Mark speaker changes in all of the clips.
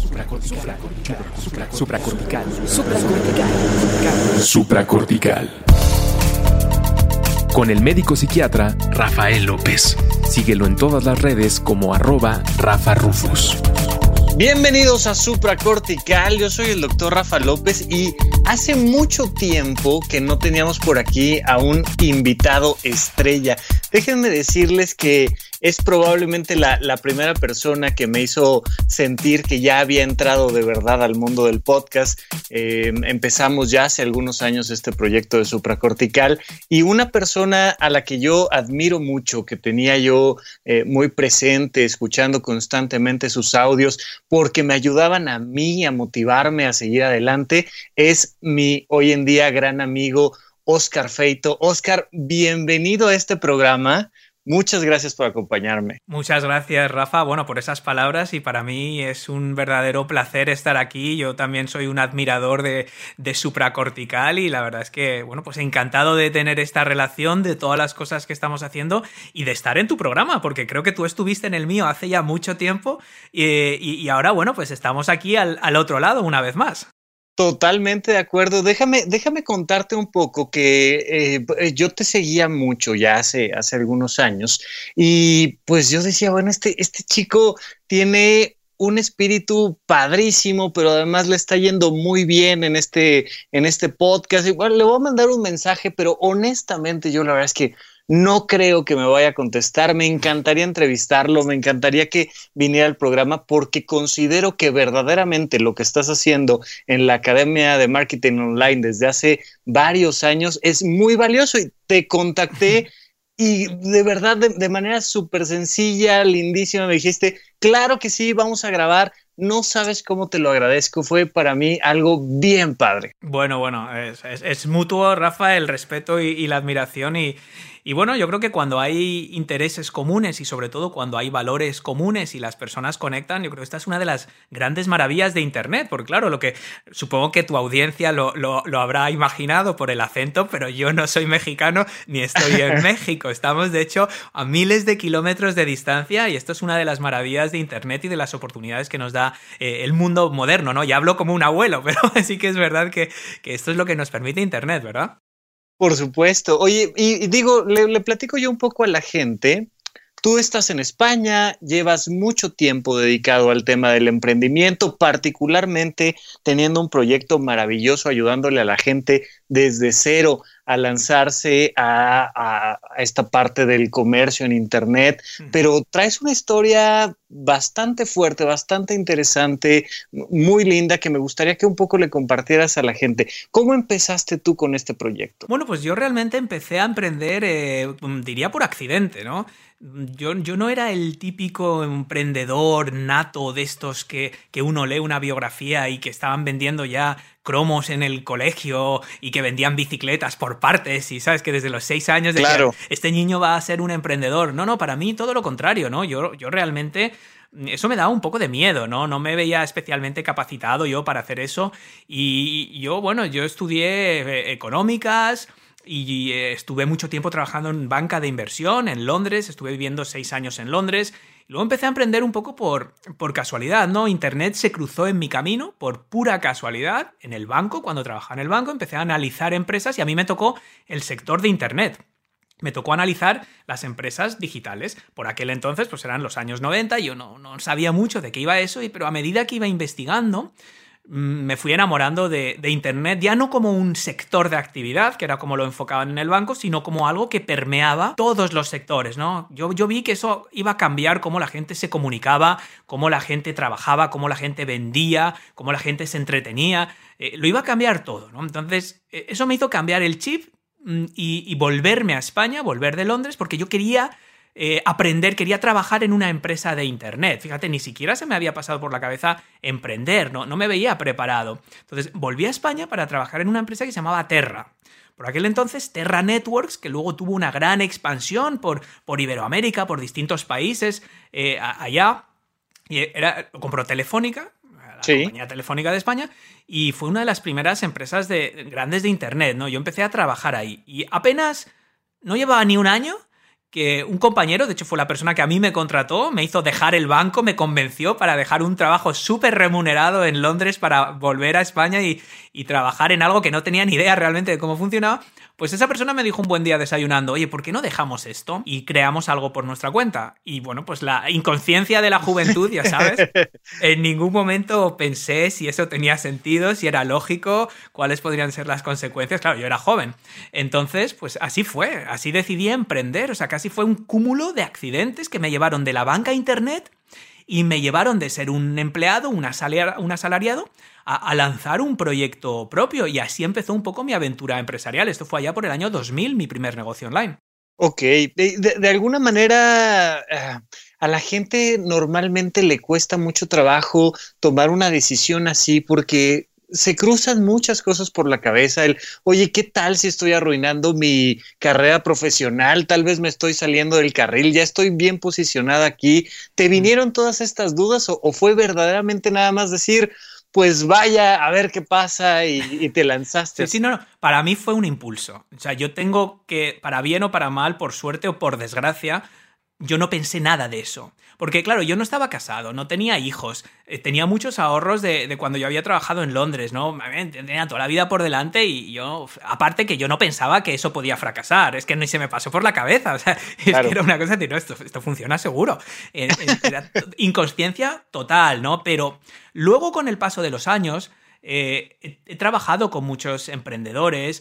Speaker 1: Supracortical. Con el médico psiquiatra Rafael López. Síguelo en todas las redes como @RafaRufus.
Speaker 2: Bienvenidos a Supracortical, yo soy el doctor Rafa López y hace mucho tiempo que no teníamos por aquí a un invitado estrella. Déjenme decirles que es probablemente la primera persona que me hizo sentir que ya había entrado de verdad al mundo del podcast. Empezamos ya hace algunos años este proyecto de Supracortical y una persona a la que yo admiro mucho, que tenía yo muy presente, escuchando constantemente sus audios, porque me ayudaban a mí a motivarme a seguir adelante, es mi hoy en día gran amigo Óscar Feito. Óscar, bienvenido a este programa. Muchas gracias por acompañarme.
Speaker 3: Muchas gracias, Rafa, por esas palabras, y para mí es un verdadero placer estar aquí. Yo también soy un admirador de Supracortical y la verdad es que, pues encantado de tener esta relación, de todas las cosas que estamos haciendo y de estar en tu programa, porque creo que tú estuviste en el mío hace ya mucho tiempo y ahora, pues estamos aquí al otro lado una vez más.
Speaker 2: Totalmente de acuerdo. Déjame contarte un poco que yo te seguía mucho ya hace algunos años y pues yo decía, este chico tiene un espíritu padrísimo, pero además le está yendo muy bien en este podcast. Igual le voy a mandar un mensaje, pero honestamente yo la verdad es que no creo que me vaya a contestar. Me encantaría entrevistarlo, me encantaría que viniera al programa porque considero que verdaderamente lo que estás haciendo en la Academia de Marketing Online desde hace varios años es muy valioso y te contacté y de verdad de manera súper sencilla, lindísima, me dijiste, claro que sí, vamos a grabar. No sabes cómo te lo agradezco, fue para mí algo bien padre.
Speaker 3: Es mutuo, Rafa, el respeto y la admiración y yo creo que cuando hay intereses comunes y sobre todo cuando hay valores comunes y las personas conectan, yo creo que esta es una de las grandes maravillas de Internet, porque claro, lo que supongo que tu audiencia lo habrá imaginado por el acento, pero yo no soy mexicano ni estoy en México. Estamos, de hecho, a miles de kilómetros de distancia y esto es una de las maravillas de Internet y de las oportunidades que nos da el mundo moderno, ¿no? Ya hablo como un abuelo, pero sí que es verdad que esto es lo que nos permite Internet, ¿verdad?
Speaker 2: Por supuesto. Oye, y digo, le platico yo un poco a la gente. Tú estás en España, llevas mucho tiempo dedicado al tema del emprendimiento, particularmente teniendo un proyecto maravilloso ayudándole a la gente desde cero a lanzarse a esta parte del comercio en Internet, pero traes una historia bastante fuerte, bastante interesante, muy linda, que me gustaría que un poco le compartieras a la gente. ¿Cómo empezaste tú con este proyecto?
Speaker 3: Pues yo realmente empecé a emprender, diría por accidente, ¿no? Yo no era el típico emprendedor nato de estos que uno lee una biografía y que estaban vendiendo ya cromos en el colegio y que vendían bicicletas por partes y sabes que desde los 6 años decían, claro, este niño va a ser un emprendedor. No, para mí todo lo contrario, ¿no? Yo realmente eso me daba un poco de miedo, ¿no? No me veía especialmente capacitado yo para hacer eso y yo estudié económicas y estuve mucho tiempo trabajando en banca de inversión en Londres, estuve viviendo 6 años en Londres. Luego empecé a emprender un poco por casualidad, ¿no? Internet se cruzó en mi camino por pura casualidad. En el banco, cuando trabajaba en el banco, empecé a analizar empresas y a mí me tocó el sector de Internet. Me tocó analizar las empresas digitales. Por aquel entonces, pues eran los años 90, yo no sabía mucho de qué iba eso, pero a medida que iba investigando, me fui enamorando de Internet, ya no como un sector de actividad, que era como lo enfocaban en el banco, sino como algo que permeaba todos los sectores, ¿no? Yo vi que eso iba a cambiar cómo la gente se comunicaba, cómo la gente trabajaba, cómo la gente vendía, cómo la gente se entretenía. Lo iba a cambiar todo, ¿no? Entonces, eso me hizo cambiar el chip y volverme a España, volver de Londres, porque yo quería aprender, quería trabajar en una empresa de Internet. Fíjate, ni siquiera se me había pasado por la cabeza emprender, no me veía preparado. Entonces volví a España para trabajar en una empresa que se llamaba Terra. Por aquel entonces, Terra Networks, que luego tuvo una gran expansión por Iberoamérica, por distintos países allá. Y lo compró Telefónica, la compañía Telefónica de España, y fue una de las primeras empresas grandes de Internet, ¿no? Yo empecé a trabajar ahí y apenas no llevaba ni un año que un compañero, de hecho fue la persona que a mí me contrató, me hizo dejar el banco, me convenció para dejar un trabajo súper remunerado en Londres para volver a España y trabajar en algo que no tenía ni idea realmente de cómo funcionaba. Pues esa persona me dijo un buen día desayunando, oye, ¿por qué no dejamos esto y creamos algo por nuestra cuenta? Y bueno, pues la inconsciencia de la juventud, ya sabes, en ningún momento pensé si eso tenía sentido, si era lógico, cuáles podrían ser las consecuencias. Claro, yo era joven. Entonces, pues así fue, así decidí emprender. O sea, casi fue un cúmulo de accidentes que me llevaron de la banca a internet y me llevaron de ser un empleado, un asalariado, a lanzar un proyecto propio. Y así empezó un poco mi aventura empresarial. Esto fue allá por el año 2000, mi primer negocio online.
Speaker 2: Ok, de alguna manera a la gente normalmente le cuesta mucho trabajo tomar una decisión así porque se cruzan muchas cosas por la cabeza. Oye, ¿qué tal si estoy arruinando mi carrera profesional? Tal vez me estoy saliendo del carril, ya estoy bien posicionada aquí. ¿Te vinieron todas estas dudas o fue verdaderamente nada más decir, pues vaya a ver qué pasa y te lanzaste?
Speaker 3: Sí, no. Para mí fue un impulso. O sea, yo tengo que, para bien o para mal, por suerte o por desgracia, yo no pensé nada de eso. Porque, claro, yo no estaba casado, no tenía hijos, tenía muchos ahorros de cuando yo había trabajado en Londres, ¿no? Tenía toda la vida por delante y yo, aparte que yo no pensaba que eso podía fracasar, es que ni se me pasó por la cabeza, o sea, claro. Es que era una cosa de, no, esto funciona seguro. Era inconsciencia total, ¿no? Pero luego, con el paso de los años, he trabajado con muchos emprendedores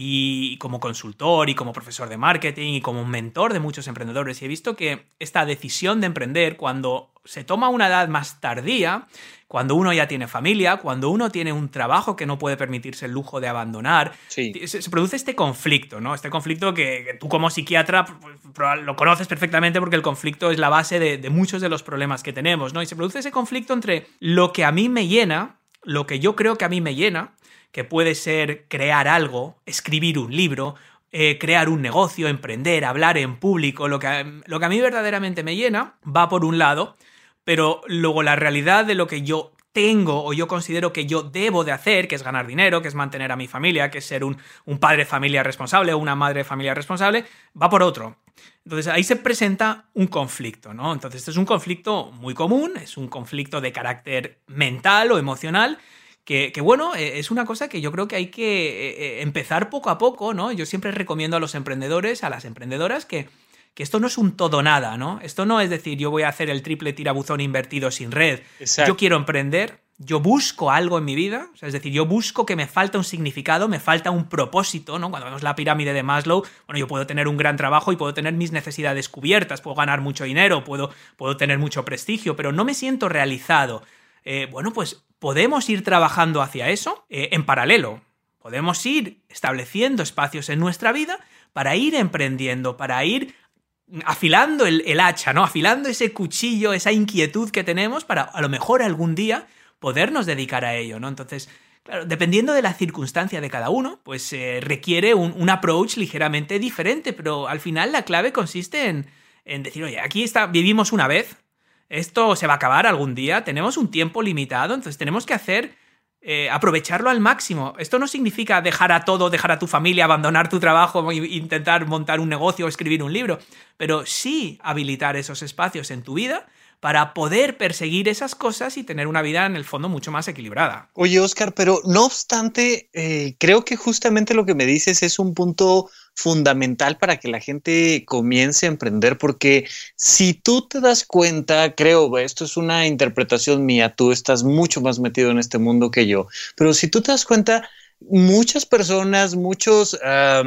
Speaker 3: y como consultor y como profesor de marketing y como mentor de muchos emprendedores, y he visto que esta decisión de emprender, cuando se toma a una edad más tardía, cuando uno ya tiene familia, cuando uno tiene un trabajo que no puede permitirse el lujo de abandonar, sí, se produce este conflicto, ¿no? Este conflicto que tú como psiquiatra lo conoces perfectamente porque el conflicto es la base de muchos de los problemas que tenemos, ¿no? Y se produce ese conflicto entre lo que a mí me llena, lo que yo creo que a mí me llena, que puede ser crear algo, escribir un libro, crear un negocio, emprender, hablar en público. Lo que a mí verdaderamente me llena va por un lado, pero luego la realidad de lo que yo tengo o yo considero que yo debo de hacer, que es ganar dinero, que es mantener a mi familia, que es ser un padre de familia responsable o una madre de familia responsable, va por otro. Entonces ahí se presenta un conflicto, ¿no? Entonces este es un conflicto muy común, es un conflicto de carácter mental o emocional, que bueno, es una cosa que yo creo que hay que empezar poco a poco, ¿no? Yo siempre recomiendo a los emprendedores, a las emprendedoras, que esto no es un todo nada, ¿no? Esto no es decir, yo voy a hacer el triple tirabuzón invertido sin red. Exacto. Yo quiero emprender, yo busco algo en mi vida, o sea, es decir, yo busco que me falta un significado, me falta un propósito, ¿no? Cuando vemos la pirámide de Maslow, bueno, yo puedo tener un gran trabajo y puedo tener mis necesidades cubiertas, puedo ganar mucho dinero, puedo tener mucho prestigio, pero no me siento realizado. Bueno, pues podemos ir trabajando hacia eso en paralelo. Podemos ir estableciendo espacios en nuestra vida para ir emprendiendo, para ir afilando el hacha, ¿no? Afilando ese cuchillo, esa inquietud que tenemos para a lo mejor algún día podernos dedicar a ello, ¿no? Entonces, claro, dependiendo de la circunstancia de cada uno, pues requiere un approach ligeramente diferente, pero al final la clave consiste en decir, oye, aquí vivimos una vez, esto se va a acabar algún día, tenemos un tiempo limitado, entonces tenemos que aprovecharlo al máximo. Esto no significa dejar a todo, dejar a tu familia, abandonar tu trabajo, intentar montar un negocio o escribir un libro, pero sí habilitar esos espacios en tu vida para poder perseguir esas cosas y tener una vida en el fondo mucho más equilibrada.
Speaker 2: Oye, Oscar, pero no obstante, creo que justamente lo que me dices es un punto fundamental para que la gente comience a emprender, porque si tú te das cuenta, creo, esto es una interpretación mía, tú estás mucho más metido en este mundo que yo, pero si tú te das cuenta, muchas personas, muchos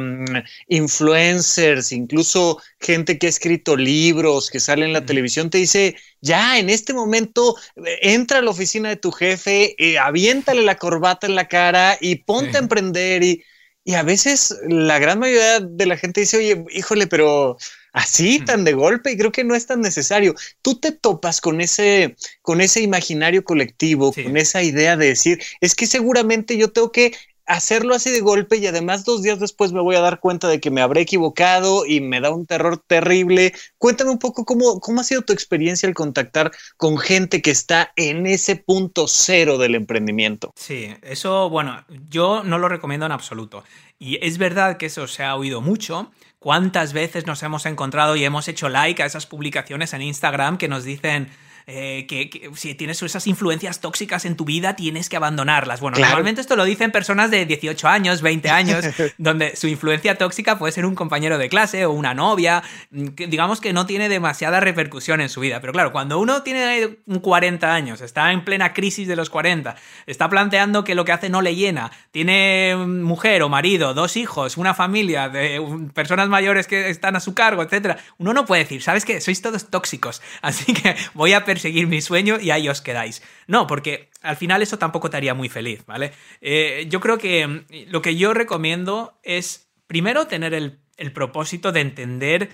Speaker 2: influencers, incluso gente que ha escrito libros, que sale en la televisión, te dice, ya en este momento entra a la oficina de tu jefe, aviéntale la corbata en la cara y ponte a emprender. Y a veces la gran mayoría de la gente dice, oye, híjole, pero así tan de golpe, y creo que no es tan necesario. Tú te topas con ese imaginario colectivo, con esa idea de decir, es que seguramente yo tengo que hacerlo así de golpe y además 2 días después me voy a dar cuenta de que me habré equivocado y me da un terror terrible. Cuéntame un poco cómo ha sido tu experiencia al contactar con gente que está en ese punto cero del emprendimiento.
Speaker 3: Sí, eso, bueno, yo no lo recomiendo en absoluto. Y es verdad que eso se ha oído mucho, ¿Cuántas veces nos hemos encontrado y hemos hecho like a esas publicaciones en Instagram que nos dicen que si tienes esas influencias tóxicas en tu vida tienes que abandonarlas? Bueno,
Speaker 2: claro.
Speaker 3: Normalmente esto lo dicen personas de 18 años, 20 años, donde su influencia tóxica puede ser un compañero de clase o una novia, que digamos que no tiene demasiada repercusión en su vida. Pero claro, cuando uno tiene 40 años, está en plena crisis de los 40, está planteando que lo que hace no le llena, tiene mujer o marido, 2 hijos, una familia de personas mayores que están a su cargo, etcétera, uno no puede decir, ¿sabes qué? Sois todos tóxicos, así que voy a perseguir mi sueño y ahí os quedáis. No, porque al final eso tampoco te haría muy feliz, ¿vale? Yo creo que lo que yo recomiendo es, primero, tener el propósito de entender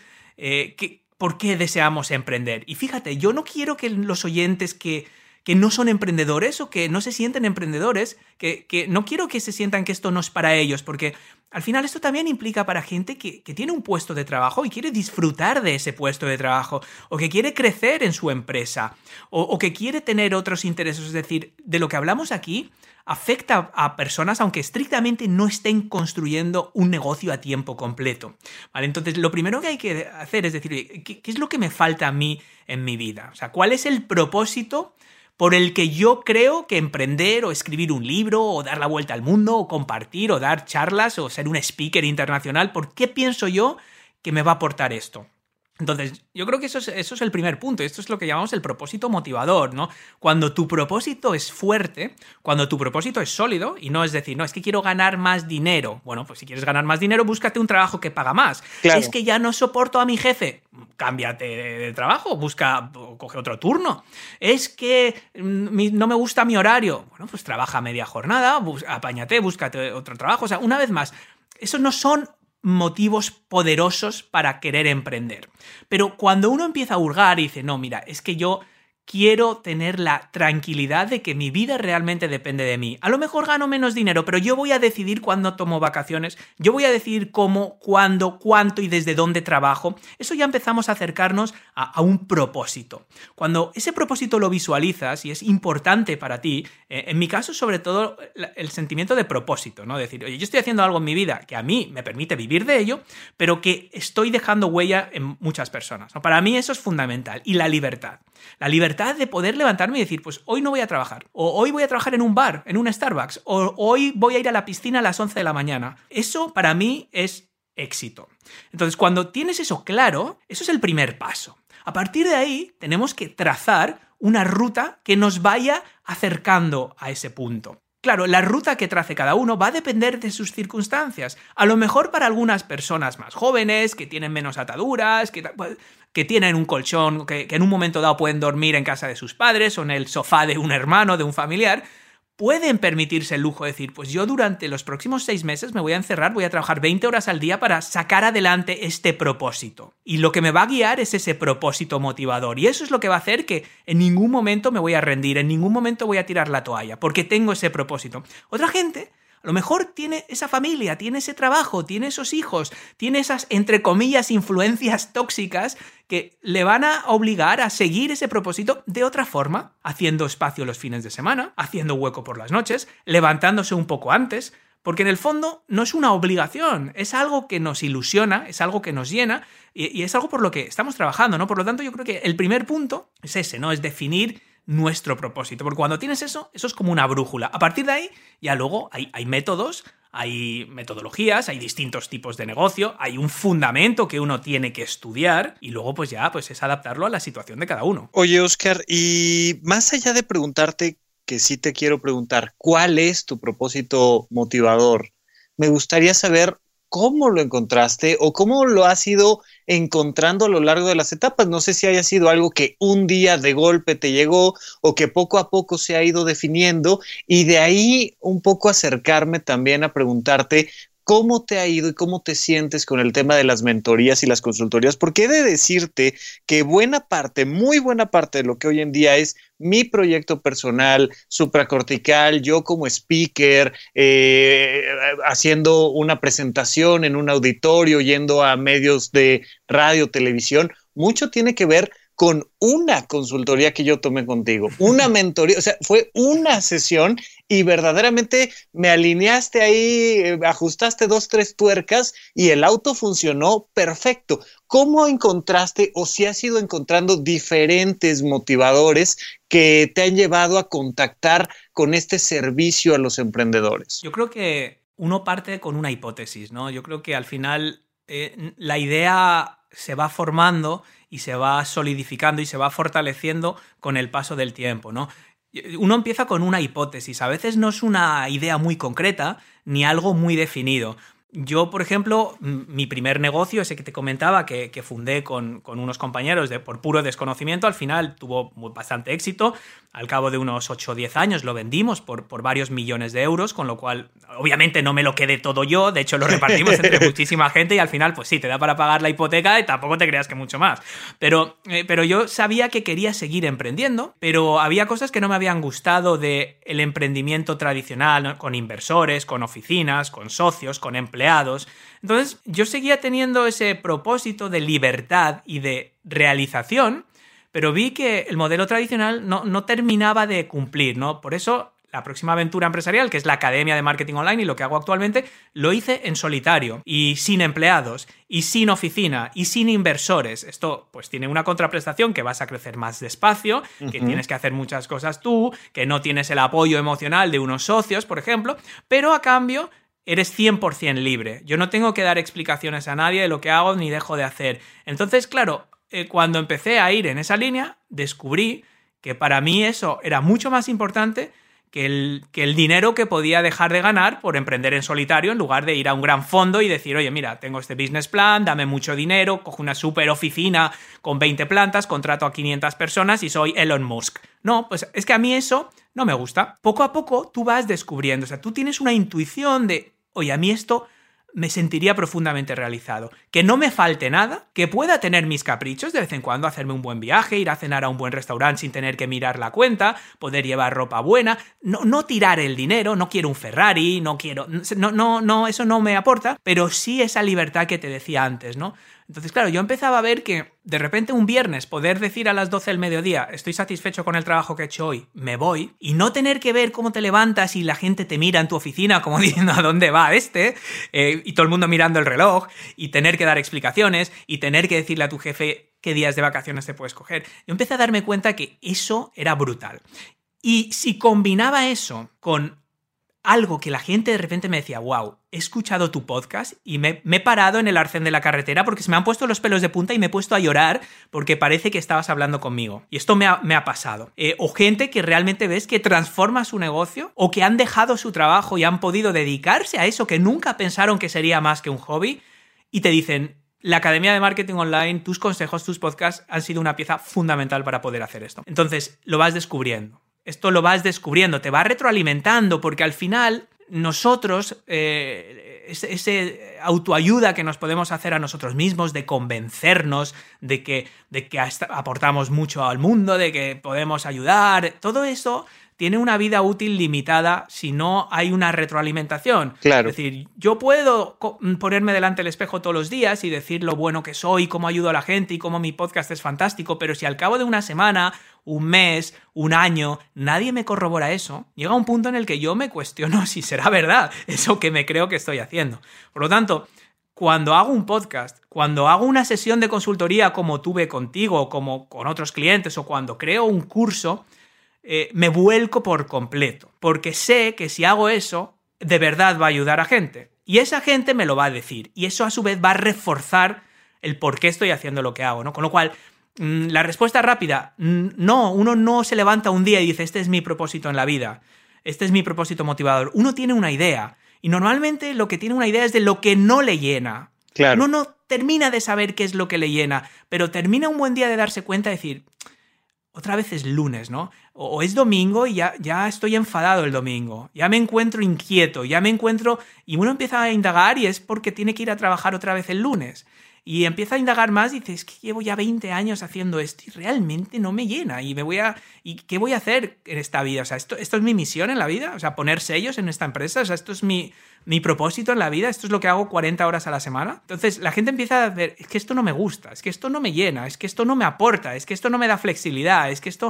Speaker 3: por qué deseamos emprender. Y fíjate, yo no quiero que los oyentes que no son emprendedores o que no se sienten emprendedores, que no quiero que se sientan que esto no es para ellos, porque al final esto también implica para gente que tiene un puesto de trabajo y quiere disfrutar de ese puesto de trabajo, o que quiere crecer en su empresa, o que quiere tener otros intereses. Es decir, de lo que hablamos aquí afecta a personas aunque estrictamente no estén construyendo un negocio a tiempo completo, ¿vale? Entonces, lo primero que hay que hacer es decir, ¿qué es lo que me falta a mí en mi vida? O sea, ¿cuál es el propósito por el que yo creo que emprender o escribir un libro o dar la vuelta al mundo o compartir o dar charlas o ser un speaker internacional? ¿Por qué pienso yo que me va a aportar esto? Entonces, yo creo que eso es el primer punto. Esto es lo que llamamos el propósito motivador, ¿no? Cuando tu propósito es fuerte, cuando tu propósito es sólido, y no es decir, no, es que quiero ganar más dinero. Bueno, pues si quieres ganar más dinero, búscate un trabajo que paga más.
Speaker 2: Claro.
Speaker 3: Es que ya no soporto a mi jefe, cámbiate de trabajo, coge otro turno. Es que no me gusta mi horario. Bueno, pues trabaja media jornada, apáñate, búscate otro trabajo. O sea, una vez más, esos no son motivos poderosos para querer emprender. Pero cuando uno empieza a hurgar y dice, no, mira, es que yo quiero tener la tranquilidad de que mi vida realmente depende de mí. A lo mejor gano menos dinero, pero yo voy a decidir cuándo tomo vacaciones, yo voy a decidir cómo, cuándo, cuánto y desde dónde trabajo. Eso ya empezamos a acercarnos a un propósito. Cuando ese propósito lo visualizas y es importante para ti, en mi caso sobre todo el sentimiento de propósito, ¿no? Decir, oye, yo estoy haciendo algo en mi vida que a mí me permite vivir de ello, pero que estoy dejando huella en muchas personas, ¿no? Para mí eso es fundamental. Y la libertad. La libertad de poder levantarme y decir, pues hoy no voy a trabajar, o hoy voy a trabajar en un bar, en un Starbucks, o hoy voy a ir a la piscina a las 11 de la mañana. Eso para mí es éxito. Entonces, cuando tienes eso claro, eso es el primer paso. A partir de ahí, tenemos que trazar una ruta que nos vaya acercando a ese punto. Claro, la ruta que trace cada uno va a depender de sus circunstancias. A lo mejor para algunas personas más jóvenes, que tienen menos ataduras, que tienen un colchón, que en un momento dado pueden dormir en casa de sus padres o en el sofá de un hermano, de un familiar, pueden permitirse el lujo de decir, pues yo durante los próximos 6 meses me voy a encerrar, voy a trabajar 20 horas al día para sacar adelante este propósito. Y lo que me va a guiar es ese propósito motivador. Y eso es lo que va a hacer que en ningún momento me voy a rendir, en ningún momento voy a tirar la toalla, porque tengo ese propósito. Otra gente a lo mejor tiene esa familia, tiene ese trabajo, tiene esos hijos, tiene esas, entre comillas, influencias tóxicas que le van a obligar a seguir ese propósito de otra forma, haciendo espacio los fines de semana, haciendo hueco por las noches, levantándose un poco antes, porque en el fondo no es una obligación, es algo que nos ilusiona, es algo que nos llena y es algo por lo que estamos trabajando, ¿no? Por lo tanto, yo creo que el primer punto es ese, ¿no? Es definir nuestro propósito, porque cuando tienes eso es como una brújula. A partir de ahí, ya luego hay métodos, hay metodologías, hay distintos tipos de negocio, hay un fundamento que uno tiene que estudiar y luego pues ya pues es adaptarlo a la situación de cada uno.
Speaker 2: Oye, Óscar, y más allá de preguntarte, que sí te quiero preguntar, ¿cuál es tu propósito motivador? Me gustaría saber cómo lo encontraste o cómo lo has ido encontrando a lo largo de las etapas. No sé si haya sido algo que un día de golpe te llegó o que poco a poco se ha ido definiendo, y de ahí un poco acercarme también a preguntarte cómo te ha ido y cómo te sientes con el tema de las mentorías y las consultorías, porque he de decirte que buena parte, muy buena parte de lo que hoy en día es mi proyecto personal, supracortical, yo como speaker, haciendo una presentación en un auditorio, yendo a medios de radio, televisión, mucho tiene que ver con una consultoría que yo tomé contigo, una mentoría, o sea, fue una sesión y verdaderamente me alineaste ahí, ajustaste 2, 3 tuercas y el auto funcionó perfecto. ¿Cómo encontraste o si has ido encontrando diferentes motivadores que te han llevado a contactar con este servicio a los emprendedores?
Speaker 3: Yo creo que uno parte con una hipótesis, ¿no? Yo creo que al final la idea se va formando y se va solidificando y se va fortaleciendo con el paso del tiempo, ¿no? Uno empieza con una hipótesis, a veces no es una idea muy concreta ni algo muy definido. Yo, por ejemplo, mi primer negocio, ese que te comentaba, que fundé con unos compañeros por puro desconocimiento, al final tuvo bastante éxito. Al cabo de unos 8 o 10 años lo vendimos por varios millones de euros, con lo cual, obviamente, no me lo quedé todo yo. De hecho, lo repartimos entre muchísima gente y al final, pues sí, te da para pagar la hipoteca y tampoco te creas que mucho más. Pero yo sabía que quería seguir emprendiendo, pero había cosas que no me habían gustado del emprendimiento tradicional, ¿no? Con inversores, con oficinas, con socios, con empleados. Entonces, yo seguía teniendo ese propósito de libertad y de realización, pero vi que el modelo tradicional no terminaba de cumplir, ¿no? Por eso, la próxima aventura empresarial, que es la Academia de Marketing Online y lo que hago actualmente, lo hice en solitario y sin empleados y sin oficina y sin inversores. Esto pues tiene una contraprestación, que vas a crecer más despacio, que tienes que hacer muchas cosas tú, que no tienes el apoyo emocional de unos socios, por ejemplo, pero a cambio eres 100% libre. Yo no tengo que dar explicaciones a nadie de lo que hago ni dejo de hacer. Entonces, claro, cuando empecé a ir en esa línea, descubrí que para mí eso era mucho más importante que el dinero que podía dejar de ganar por emprender en solitario, en lugar de ir a un gran fondo y decir, oye, mira, tengo este business plan, dame mucho dinero, cojo una super oficina con 20 plantas, contrato a 500 personas y soy Elon Musk. No, pues es que a mí eso no me gusta. Poco a poco tú vas descubriendo, o sea, tú tienes una intuición de, oye, a mí esto me sentiría profundamente realizado. Que no me falte nada, que pueda tener mis caprichos, de vez en cuando hacerme un buen viaje, ir a cenar a un buen restaurante sin tener que mirar la cuenta, poder llevar ropa buena, no tirar el dinero, no quiero un Ferrari, no, eso no me aporta, pero sí esa libertad que te decía antes, ¿no? Entonces, claro, yo empezaba a ver que de repente un viernes poder decir a las 12 del mediodía, estoy satisfecho con el trabajo que he hecho hoy, me voy, y no tener que ver cómo te levantas y la gente te mira en tu oficina como diciendo a dónde va y todo el mundo mirando el reloj, y tener que dar explicaciones, y tener que decirle a tu jefe qué días de vacaciones te puedes coger. Yo empecé a darme cuenta que eso era brutal. Y si combinaba eso con algo que la gente de repente me decía, wow, he escuchado tu podcast y me he parado en el arcén de la carretera porque se me han puesto los pelos de punta y me he puesto a llorar porque parece que estabas hablando conmigo. Y esto me ha pasado. O gente que realmente ves que transforma su negocio o que han dejado su trabajo y han podido dedicarse a eso que nunca pensaron que sería más que un hobby y te dicen, la Academia de Marketing Online, tus consejos, tus podcasts han sido una pieza fundamental para poder hacer esto. Entonces, lo vas descubriendo. Esto lo vas descubriendo, te va retroalimentando, porque al final nosotros, ese autoayuda que nos podemos hacer a nosotros mismos, de convencernos de que aportamos mucho al mundo, de que podemos ayudar, todo eso tiene una vida útil limitada si no hay una retroalimentación.
Speaker 2: Claro.
Speaker 3: Es decir, yo puedo ponerme delante del espejo todos los días y decir lo bueno que soy, cómo ayudo a la gente y cómo mi podcast es fantástico, pero si al cabo de una semana, un mes, un año, nadie me corrobora eso, llega un punto en el que yo me cuestiono si será verdad eso que me creo que estoy haciendo. Por lo tanto, cuando hago un podcast, cuando hago una sesión de consultoría como tuve contigo o como con otros clientes o cuando creo un curso, me vuelco por completo, porque sé que si hago eso, de verdad va a ayudar a gente. Y esa gente me lo va a decir. Y eso a su vez va a reforzar el por qué estoy haciendo lo que hago, ¿no? Con lo cual, la respuesta rápida, no, uno no se levanta un día y dice, este es mi propósito en la vida, este es mi propósito motivador. Uno tiene una idea. Y normalmente lo que tiene una idea es de lo que no le llena.
Speaker 2: Claro.
Speaker 3: Uno no termina de saber qué es lo que le llena, pero termina un buen día de darse cuenta de decir, otra vez es lunes, ¿no? O es domingo y ya estoy enfadado el domingo, ya me encuentro inquieto, y uno empieza a indagar y es porque tiene que ir a trabajar otra vez el lunes. Y empieza a indagar más y dice, es que llevo ya 20 años haciendo esto y realmente no me llena. ¿Y qué voy a hacer en esta vida? O sea, ¿esto es mi misión en la vida? O sea, poner sellos en esta empresa. O sea, ¿esto es mi propósito en la vida? ¿Esto es lo que hago 40 horas a la semana? Entonces, la gente empieza a ver, es que esto no me gusta, es que esto no me llena, es que esto no me aporta, es que esto no me da flexibilidad, es que esto...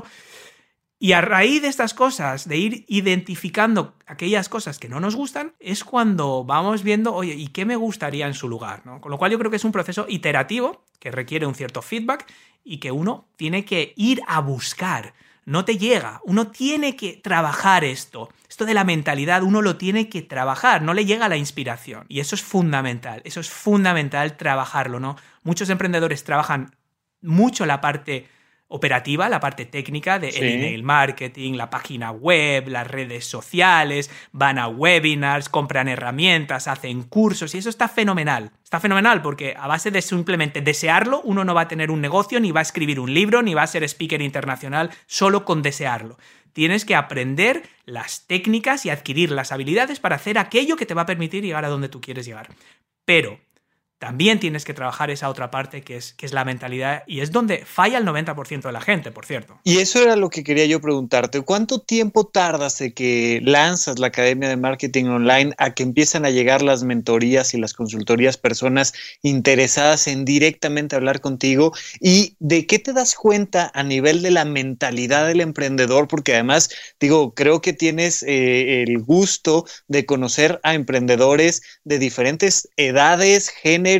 Speaker 3: Y a raíz de estas cosas, de ir identificando aquellas cosas que no nos gustan, es cuando vamos viendo, oye, ¿y qué me gustaría en su lugar? ¿No? Con lo cual yo creo que es un proceso iterativo que requiere un cierto feedback y que uno tiene que ir a buscar. No te llega, uno tiene que trabajar esto. Esto de la mentalidad uno lo tiene que trabajar, no le llega la inspiración. Y eso es fundamental trabajarlo, ¿no? Muchos emprendedores trabajan mucho la parte operativa, la parte técnica de el email marketing, la página web, las redes sociales, van a webinars, compran herramientas, hacen cursos y eso está fenomenal. Está fenomenal porque a base de simplemente desearlo, uno no va a tener un negocio, ni va a escribir un libro, ni va a ser speaker internacional solo con desearlo. Tienes que aprender las técnicas y adquirir las habilidades para hacer aquello que te va a permitir llegar a donde tú quieres llegar. Pero también tienes que trabajar esa otra parte que es la mentalidad y es donde falla el 90% de la gente, por cierto.
Speaker 2: Y eso era lo que quería yo preguntarte. ¿Cuánto tiempo tardas de que lanzas la Academia de Marketing Online a que empiezan a llegar las mentorías y las consultorías, personas interesadas en directamente hablar contigo? ¿Y de qué te das cuenta a nivel de la mentalidad del emprendedor? Porque además, creo que tienes el gusto de conocer a emprendedores de diferentes edades, géneros,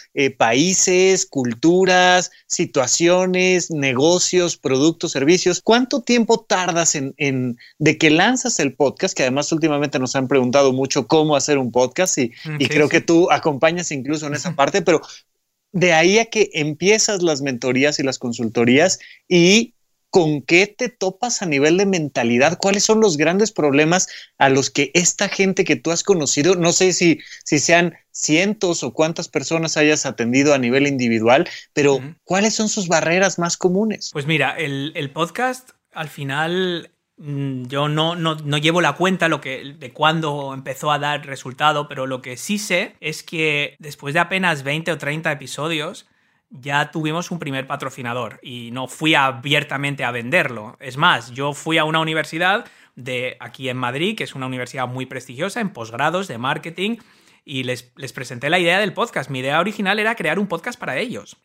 Speaker 2: países, culturas, situaciones, negocios, productos, servicios. ¿Cuánto tiempo tardas de que lanzas el podcast? Que además últimamente nos han preguntado mucho cómo hacer un podcast y creo que tú acompañas incluso en esa parte, pero de ahí a que empiezas las mentorías y las consultorías y ¿con qué te topas a nivel de mentalidad? ¿Cuáles son los grandes problemas a los que esta gente que tú has conocido, no sé si sean cientos o cuántas personas hayas atendido a nivel individual, pero ¿cuáles son sus barreras más comunes?
Speaker 3: Pues mira, el podcast al final yo no llevo la cuenta de cuándo empezó a dar resultado, pero lo que sí sé es que después de apenas 20 o 30 episodios ya tuvimos un primer patrocinador y no fui abiertamente a venderlo. Es más, yo fui a una universidad de aquí en Madrid, que es una universidad muy prestigiosa en posgrados de marketing, y les presenté la idea del podcast. Mi idea original era crear un podcast para ellos.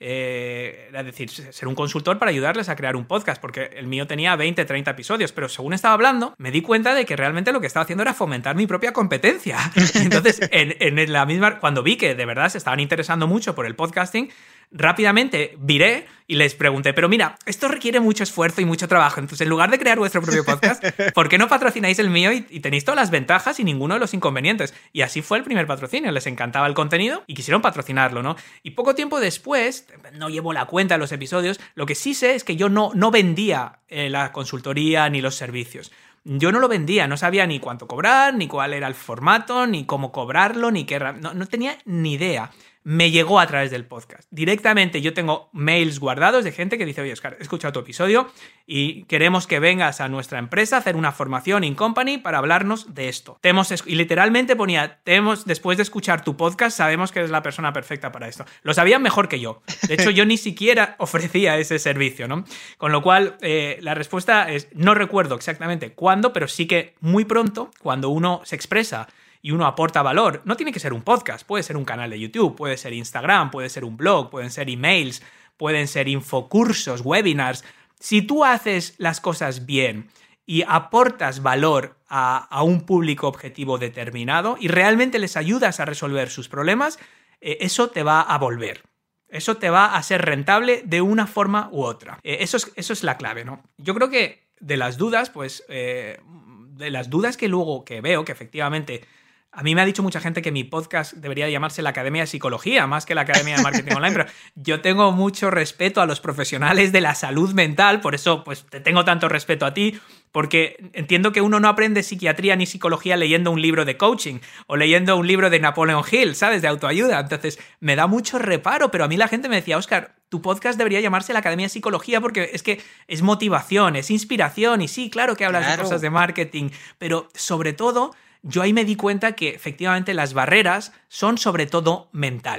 Speaker 3: Es decir, ser un consultor para ayudarles a crear un podcast, porque el mío tenía 20, 30 episodios, pero según estaba hablando, me di cuenta de que realmente lo que estaba haciendo era fomentar mi propia competencia. Entonces, en la misma, cuando vi que de verdad se estaban interesando mucho por el podcasting, rápidamente viré y les pregunté, pero mira, esto requiere mucho esfuerzo y mucho trabajo, entonces en lugar de crear vuestro propio podcast, ¿por qué no patrocináis el mío y tenéis todas las ventajas y ninguno de los inconvenientes? Y así fue el primer patrocinio, les encantaba el contenido y quisieron patrocinarlo, ¿no? Y poco tiempo después, no llevo la cuenta de los episodios, lo que sí sé es que yo no vendía la consultoría ni los servicios. Yo no lo vendía, no sabía ni cuánto cobrar, ni cuál era el formato, ni cómo cobrarlo, ni qué... No tenía ni idea. Me llegó a través del podcast. Directamente yo tengo mails guardados de gente que dice, oye, Óscar, he escuchado tu episodio y queremos que vengas a nuestra empresa a hacer una formación in company para hablarnos de esto. Y literalmente ponía, después de escuchar tu podcast, sabemos que eres la persona perfecta para esto. Lo sabían mejor que yo. De hecho, yo ni siquiera ofrecía ese servicio, ¿no? Con lo cual, la respuesta es, no recuerdo exactamente cuándo, pero sí que muy pronto, cuando uno se expresa y uno aporta valor, no tiene que ser un podcast, puede ser un canal de YouTube, puede ser Instagram, puede ser un blog, pueden ser emails, pueden ser infocursos, webinars. Si tú haces las cosas bien y aportas valor a un público objetivo determinado y realmente les ayudas a resolver sus problemas, eso te va a volver. Eso te va a ser rentable de una forma u otra. Eso es la clave, ¿no? Yo creo que de las dudas, pues, de las dudas que luego que veo, que efectivamente... A mí me ha dicho mucha gente que mi podcast debería llamarse la Academia de Psicología más que la Academia de Marketing Online, pero yo tengo mucho respeto a los profesionales de la salud mental, por eso pues te tengo tanto respeto a ti, porque entiendo que uno no aprende psiquiatría ni psicología leyendo un libro de coaching o leyendo un libro de Napoleon Hill, ¿sabes? De autoayuda. Entonces me da mucho reparo, pero a mí la gente me decía, Óscar, tu podcast debería llamarse la Academia de Psicología porque es que es motivación, es inspiración y sí, claro que hablas de cosas de marketing, pero sobre todo... Yo ahí me di cuenta que efectivamente las barreras son sobre todo mentales.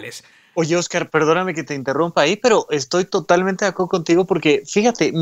Speaker 2: Oye, Oscar, perdóname que te interrumpa ahí, pero estoy totalmente de acuerdo contigo porque fíjate,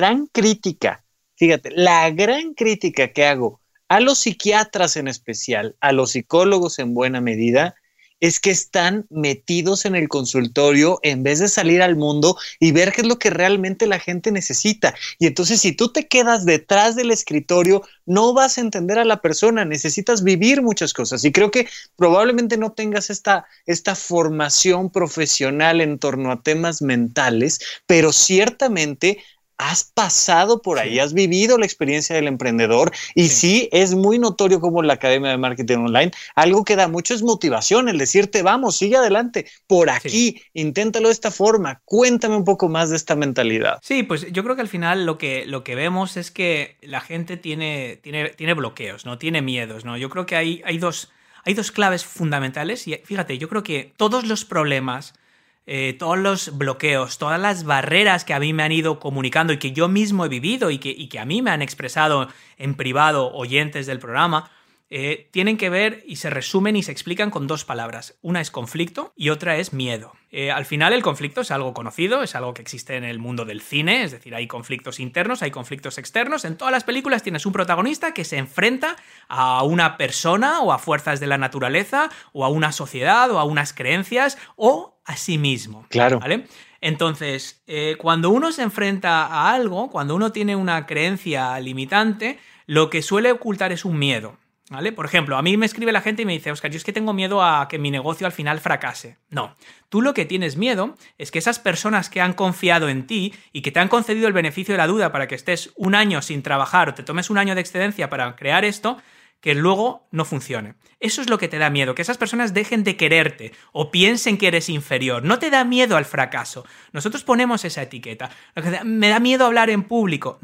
Speaker 2: la gran crítica que hago a los psiquiatras en especial, a los psicólogos en buena medida, es que están metidos en el consultorio en vez de salir al mundo y ver qué es lo que realmente la gente necesita. Y entonces, si tú te quedas detrás del escritorio, no vas a entender a la persona, necesitas vivir muchas cosas. Y creo que probablemente no tengas esta formación profesional en torno a temas mentales, pero ciertamente has pasado por ahí, has vivido la experiencia del emprendedor y sí, es muy notorio como la Academia de Marketing Online, algo que da mucho es motivación, el decirte, vamos, sigue adelante, por aquí, inténtalo de esta forma, cuéntame un poco más de esta mentalidad.
Speaker 3: Sí, pues yo creo que al final lo que vemos es que la gente tiene bloqueos, ¿no? Tiene miedos, ¿no? Yo creo que hay dos claves fundamentales y fíjate, yo creo que todos los problemas, todos los bloqueos, todas las barreras que a mí me han ido comunicando y que yo mismo he vivido y que a mí me han expresado en privado oyentes del programa, tienen que ver y se resumen y se explican con dos palabras. Una es conflicto y otra es miedo. Al final el conflicto es algo conocido, es algo que existe en el mundo del cine, es decir, hay conflictos internos, hay conflictos externos. En todas las películas tienes un protagonista que se enfrenta a una persona o a fuerzas de la naturaleza o a una sociedad o a unas creencias o a sí mismo.
Speaker 2: Claro.
Speaker 3: ¿Vale? Entonces, cuando uno se enfrenta a algo, cuando uno tiene una creencia limitante, lo que suele ocultar es un miedo. ¿Vale? Por ejemplo, a mí me escribe la gente y me dice, Óscar, yo es que tengo miedo a que mi negocio al final fracase. No, tú lo que tienes miedo es que esas personas que han confiado en ti y que te han concedido el beneficio de la duda para que estés un año sin trabajar o te tomes un año de excedencia para crear esto, que luego no funcione. Eso es lo que te da miedo, que esas personas dejen de quererte o piensen que eres inferior. No te da miedo al fracaso. Nosotros ponemos esa etiqueta. Me da miedo hablar en público.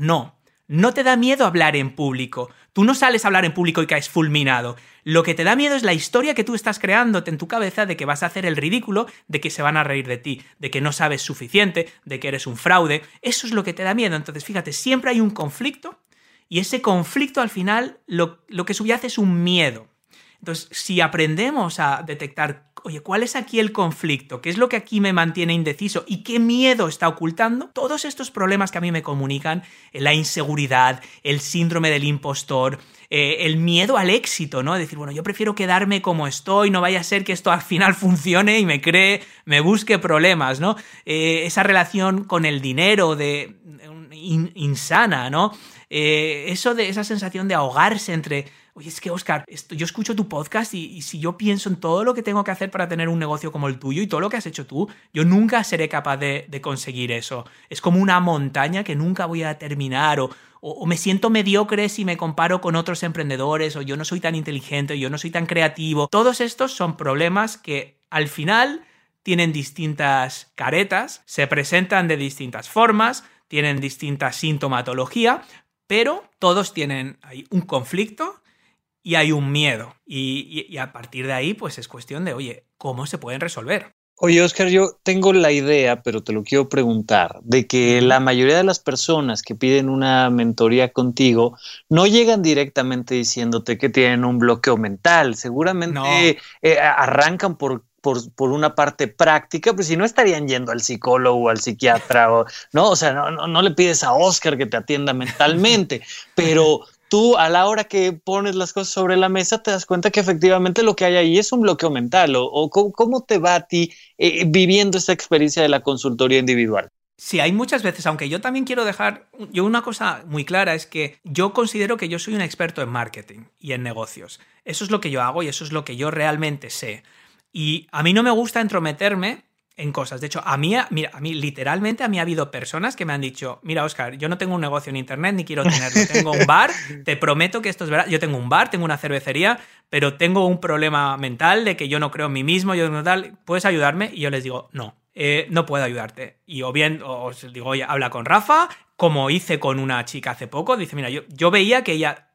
Speaker 3: No te da miedo hablar en público. Tú no sales a hablar en público y caes fulminado. Lo que te da miedo es la historia que tú estás creándote en tu cabeza de que vas a hacer el ridículo, de que se van a reír de ti, de que no sabes suficiente, de que eres un fraude. Eso es lo que te da miedo. Entonces, fíjate, siempre hay un conflicto y ese conflicto al final lo que subyace es un miedo. Entonces, si aprendemos a detectar, oye, ¿cuál es aquí el conflicto? ¿Qué es lo que aquí me mantiene indeciso? ¿Y qué miedo está ocultando? Todos estos problemas que a mí me comunican, la inseguridad, el síndrome del impostor, el miedo al éxito, ¿no? Es decir, bueno, yo prefiero quedarme como estoy, no vaya a ser que esto al final funcione y me busque problemas, ¿no? Esa relación con el dinero insana, ¿no? Esa sensación de ahogarse entre... Oye, es que, Óscar, yo escucho tu podcast y si yo pienso en todo lo que tengo que hacer para tener un negocio como el tuyo y todo lo que has hecho tú, yo nunca seré capaz de conseguir eso. Es como una montaña que nunca voy a terminar o me siento mediocre si me comparo con otros emprendedores o yo no soy tan inteligente o yo no soy tan creativo. Todos estos son problemas que al final tienen distintas caretas, se presentan de distintas formas, tienen distinta sintomatología, pero todos tienen ahí un conflicto y hay un miedo. Y a partir de ahí, pues es cuestión de, oye, ¿cómo se pueden resolver?
Speaker 2: Oye, Óscar, yo tengo la idea, pero te lo quiero preguntar, de que la mayoría de las personas que piden una mentoría contigo no llegan directamente diciéndote que tienen un bloqueo mental. Seguramente arrancan por una parte práctica, pues si no estarían yendo al psicólogo o al psiquiatra, ¿no? O sea, no le pides a Óscar que te atienda mentalmente, pero tú a la hora que pones las cosas sobre la mesa te das cuenta que efectivamente lo que hay ahí es un bloqueo mental. ¿O cómo te va a ti viviendo esta experiencia de la consultoría individual?
Speaker 3: Sí, hay muchas veces, aunque yo también quiero dejar una cosa muy clara, es que yo considero que yo soy un experto en marketing y en negocios. Eso es lo que yo hago y eso es lo que yo realmente sé. Y a mí no me gusta entrometerme en cosas. De hecho, a mí literalmente ha habido personas que me han dicho, mira, Óscar, yo no tengo un negocio en internet ni quiero tenerlo. Tengo un bar, te prometo que esto es verdad. Yo tengo un bar, tengo una cervecería, pero tengo un problema mental de que yo no creo en mí mismo, ¿puedes ayudarme? Y yo les digo, no puedo ayudarte. Y o os digo, oye, habla con Rafa, como hice con una chica hace poco. Dice, mira, yo veía que ella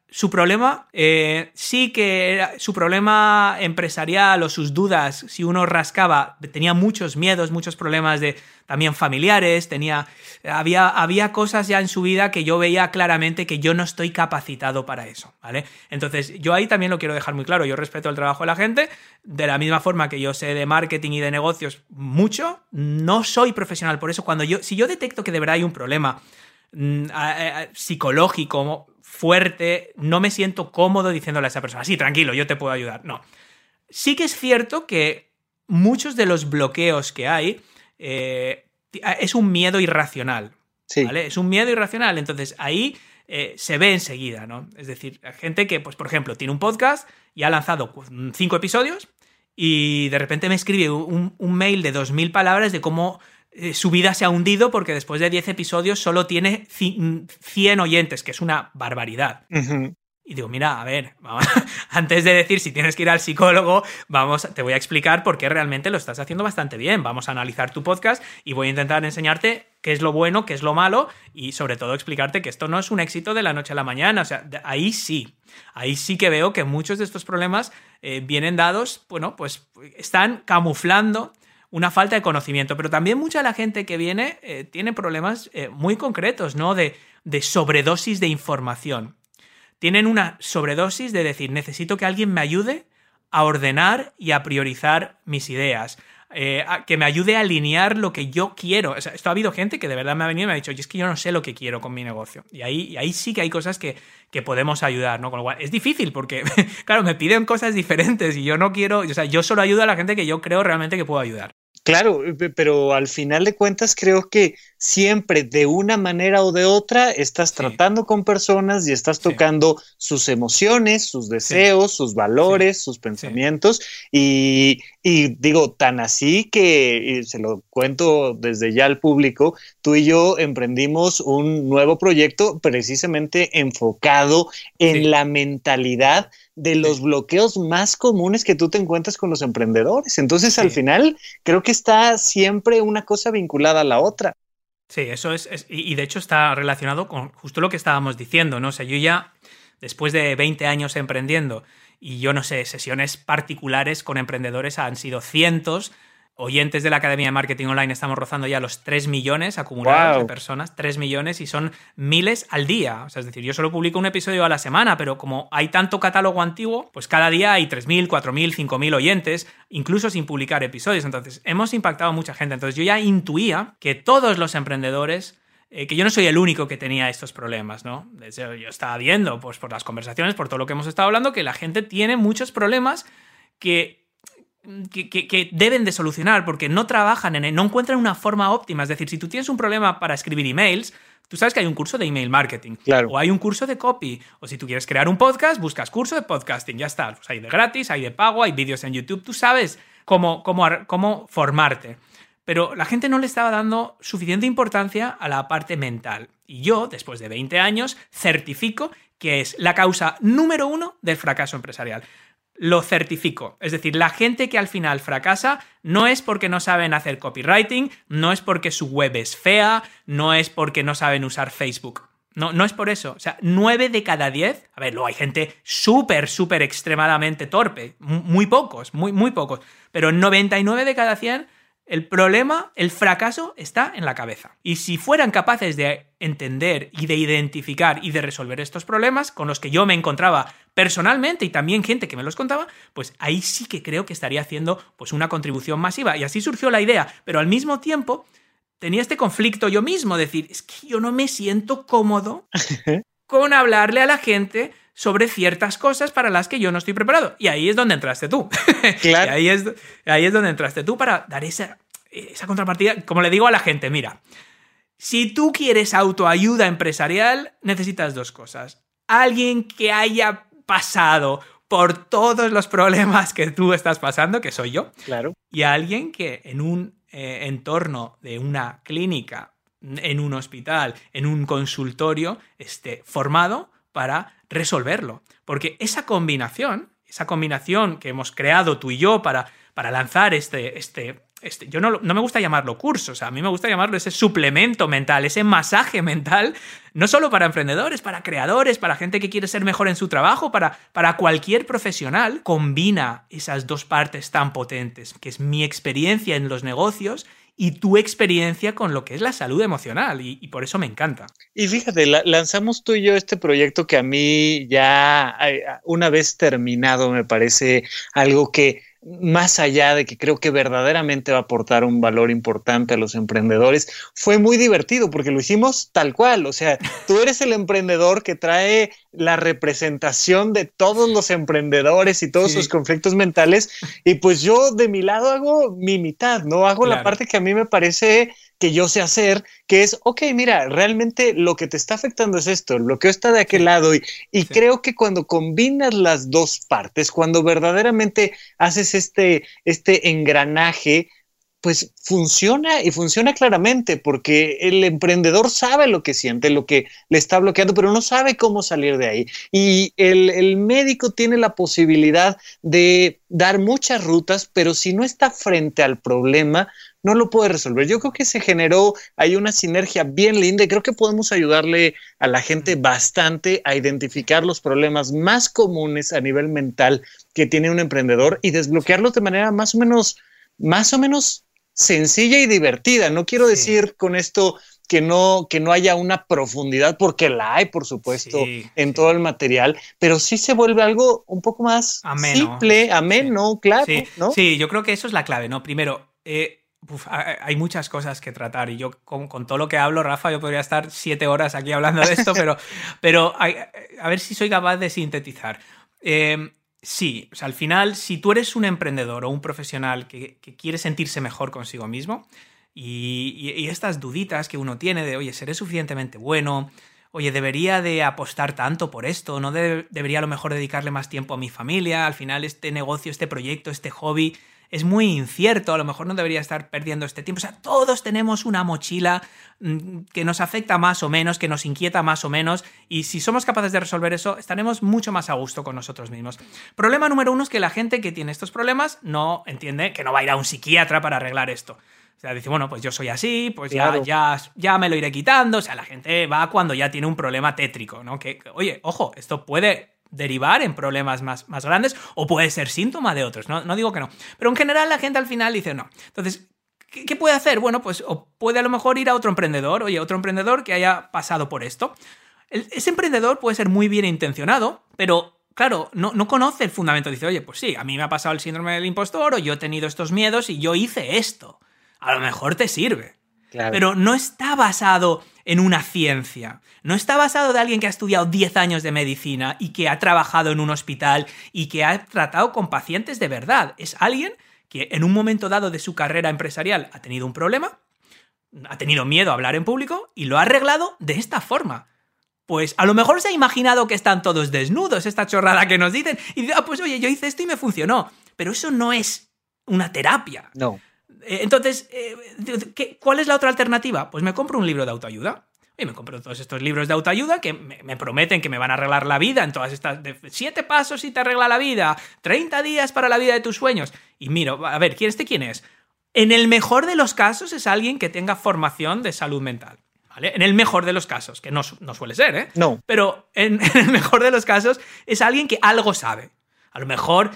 Speaker 3: su problema, sí que era su problema empresarial o sus dudas, si uno rascaba, tenía muchos miedos, muchos problemas también familiares, había cosas ya en su vida que yo veía claramente que yo no estoy capacitado para eso, ¿vale? Entonces, yo ahí también lo quiero dejar muy claro, yo respeto el trabajo de la gente, de la misma forma que yo sé de marketing y de negocios mucho, no soy profesional, por eso si yo detecto que de verdad hay un problema psicológico fuerte, no me siento cómodo diciéndole a esa persona, sí, tranquilo, yo te puedo ayudar. No. Sí que es cierto que muchos de los bloqueos que hay es un miedo irracional.
Speaker 2: Sí.
Speaker 3: ¿Vale? Es un miedo irracional. Entonces ahí se ve enseguida, ¿no? Es decir, gente que, pues, por ejemplo, tiene un podcast y ha lanzado 5 episodios y de repente me escribe un mail de 2000 palabras de cómo su vida se ha hundido porque después de 10 episodios solo tiene 100 oyentes, que es una barbaridad.
Speaker 2: Uh-huh.
Speaker 3: Y digo, mira, a ver, antes de decir si tienes que ir al psicólogo, te voy a explicar por qué realmente lo estás haciendo bastante bien. Vamos a analizar tu podcast y voy a intentar enseñarte qué es lo bueno, qué es lo malo y sobre todo explicarte que esto no es un éxito de la noche a la mañana. O sea, ahí sí que veo que muchos de estos problemas vienen dados, bueno, pues están camuflando una falta de conocimiento, pero también mucha de la gente que viene tiene problemas muy concretos, ¿no? De sobredosis de información. Tienen una sobredosis de decir, necesito que alguien me ayude a ordenar y a priorizar mis ideas, que me ayude a alinear lo que yo quiero. O sea, esto ha habido gente que de verdad me ha venido y me ha dicho, oye, es que yo no sé lo que quiero con mi negocio. Y ahí sí que hay cosas que podemos ayudar, ¿no? Con lo cual es difícil porque, claro, me piden cosas diferentes y yo no quiero, o sea, yo solo ayudo a la gente que yo creo realmente que puedo ayudar.
Speaker 2: Claro, pero al final de cuentas creo que siempre de una manera o de otra estás tratando con personas y estás tocando sus emociones, sus deseos, sus valores, sus pensamientos y digo, tan así que se lo cuento desde ya al público, tú y yo emprendimos un nuevo proyecto precisamente enfocado en la mentalidad de los bloqueos más comunes que tú te encuentras con los emprendedores. Entonces, al final, creo que está siempre una cosa vinculada a la otra.
Speaker 3: Sí, eso y de hecho está relacionado con justo lo que estábamos diciendo, ¿no? O sea, yo ya, después de 20 años emprendiendo, y yo no sé, sesiones particulares con emprendedores han sido cientos. Oyentes de la Academia de Marketing Online estamos rozando ya los 3 millones acumulados de personas, 3 millones y son miles al día. O sea, es decir, yo solo publico un episodio a la semana, pero como hay tanto catálogo antiguo, pues cada día hay 3.000, 4.000, 5.000 oyentes, incluso sin publicar episodios. Entonces, hemos impactado a mucha gente. Entonces, yo ya intuía que todos los emprendedores, que yo no soy el único que tenía estos problemas, ¿no? Yo estaba viendo, pues por las conversaciones, por todo lo que hemos estado hablando, que la gente tiene muchos problemas que deben de solucionar porque no trabajan no encuentran una forma óptima. Es decir, si tú tienes un problema para escribir emails, tú sabes que hay un curso de email marketing,
Speaker 2: claro,
Speaker 3: o hay un curso de copy, o si tú quieres crear un podcast, buscas curso de podcasting, ya está. Pues hay de gratis, hay de pago, hay vídeos en YouTube, tú sabes cómo formarte. Pero la gente no le estaba dando suficiente importancia a la parte mental. Y yo, después de 20 años, certifico que es la causa número 1 del fracaso empresarial. Lo certifico. Es decir, la gente que al final fracasa no es porque no saben hacer copywriting, no es porque su web es fea, no es porque no saben usar Facebook. No es por eso. O sea, 9 de cada 10... A ver, luego hay gente súper extremadamente torpe. Muy pocos, muy pocos. Pero 99 de cada 100... El problema, el fracaso está en la cabeza. Y si fueran capaces de entender y de identificar y de resolver estos problemas con los que yo me encontraba personalmente y también gente que me los contaba, pues ahí sí que creo que estaría haciendo pues una contribución masiva. Y así surgió la idea. Pero al mismo tiempo tenía este conflicto yo mismo, decir, es que yo no me siento cómodo con hablarle a la gente sobre ciertas cosas para las que yo no estoy preparado. Y ahí es donde entraste tú.
Speaker 2: Claro.
Speaker 3: ahí es donde entraste tú para dar esa contrapartida. Como le digo a la gente, mira, si tú quieres autoayuda empresarial, necesitas 2 cosas. Alguien que haya pasado por todos los problemas que tú estás pasando, que soy yo.
Speaker 2: Claro.
Speaker 3: Y alguien que en un entorno de una clínica, en un hospital, en un consultorio, esté formado para resolverlo. Porque esa combinación que hemos creado tú y yo para lanzar este yo no me gusta llamarlo cursos, a mí me gusta llamarlo ese suplemento mental, ese masaje mental, no solo para emprendedores, para creadores, para gente que quiere ser mejor en su trabajo, para cualquier profesional. Combina esas dos partes tan potentes, que es mi experiencia en los negocios y tu experiencia con lo que es la salud emocional, y por eso me encanta.
Speaker 2: Y fíjate, lanzamos tú y yo este proyecto que a mí ya una vez terminado me parece algo que, más allá de que creo que verdaderamente va a aportar un valor importante a los emprendedores, fue muy divertido porque lo hicimos tal cual. O sea, tú eres el emprendedor que trae la representación de todos los emprendedores y todos sus conflictos mentales, y pues yo de mi lado hago mi mitad, ¿no? Hago la parte que a mí me parece que yo sé hacer, que es, ok, mira, realmente lo que te está afectando es esto, lo que está de aquel lado, y creo que cuando combinas las dos partes, cuando verdaderamente haces este engranaje, pues funciona, y funciona claramente, porque el emprendedor sabe lo que siente, lo que le está bloqueando, pero no sabe cómo salir de ahí. Y el médico tiene la posibilidad de dar muchas rutas, pero si no está frente al problema, no lo puede resolver. Yo creo que se generó ahí una sinergia bien linda, y creo que podemos ayudarle a la gente bastante a identificar los problemas más comunes a nivel mental que tiene un emprendedor y desbloquearlos de manera más o menos sencilla y divertida. No quiero decir con esto que no haya una profundidad, porque la hay, por supuesto, en todo el material, pero sí se vuelve algo un poco más simple, ameno, claro, ¿no?
Speaker 3: Sí, yo creo que eso es la clave, ¿no? Primero, hay muchas cosas que tratar, y yo con todo lo que hablo, Rafa, yo podría estar 7 horas aquí hablando de esto, pero a ver si soy capaz de sintetizar. Sí, o sea, al final, si tú eres un emprendedor o un profesional que quiere sentirse mejor consigo mismo, y estas duditas que uno tiene de, oye, ¿seré suficientemente bueno? Oye, ¿debería de apostar tanto por esto? ¿No debería a lo mejor dedicarle más tiempo a mi familia? Al final este negocio, este proyecto, este hobby es muy incierto, a lo mejor no debería estar perdiendo este tiempo. O sea, todos tenemos una mochila que nos afecta más o menos, que nos inquieta más o menos, y si somos capaces de resolver eso, estaremos mucho más a gusto con nosotros mismos. Problema número 1 es que la gente que tiene estos problemas no entiende que no va a ir a un psiquiatra para arreglar esto. O sea, dice, bueno, pues yo soy así, pues claro, ya me lo iré quitando. O sea, la gente va cuando ya tiene un problema tétrico, ¿no? Que oye, ojo, esto puede derivar en problemas más grandes, o puede ser síntoma de otros, no digo que no. Pero en general la gente al final dice no. Entonces, ¿qué puede hacer? Bueno, pues o puede a lo mejor ir a otro emprendedor, otro emprendedor que haya pasado por esto. Ese emprendedor puede ser muy bien intencionado, pero claro, no conoce el fundamento. Dice, oye, pues sí, a mí me ha pasado el síndrome del impostor, o yo he tenido estos miedos y yo hice esto. A lo mejor te sirve. Claro. Pero no está basado en una ciencia. No está basado de alguien que ha estudiado 10 años de medicina y que ha trabajado en un hospital y que ha tratado con pacientes de verdad. Es alguien que en un momento dado de su carrera empresarial ha tenido un problema, ha tenido miedo a hablar en público y lo ha arreglado de esta forma. Pues a lo mejor se ha imaginado que están todos desnudos, esta chorrada que nos dicen, y dice, pues oye, yo hice esto y me funcionó. Pero eso no es una terapia.
Speaker 2: No.
Speaker 3: Entonces, ¿cuál es la otra alternativa? Pues me compro un libro de autoayuda. Y me compro todos estos libros de autoayuda que me prometen que me van a arreglar la vida en todas estas 7 pasos y te arregla la vida, 30 días para la vida de tus sueños. Y miro, a ver, ¿quién es? En el mejor de los casos es alguien que tenga formación de salud mental. ¿Vale? En el mejor de los casos, que no suele ser, ¿eh?
Speaker 2: No.
Speaker 3: Pero en el mejor de los casos es alguien que algo sabe. A lo mejor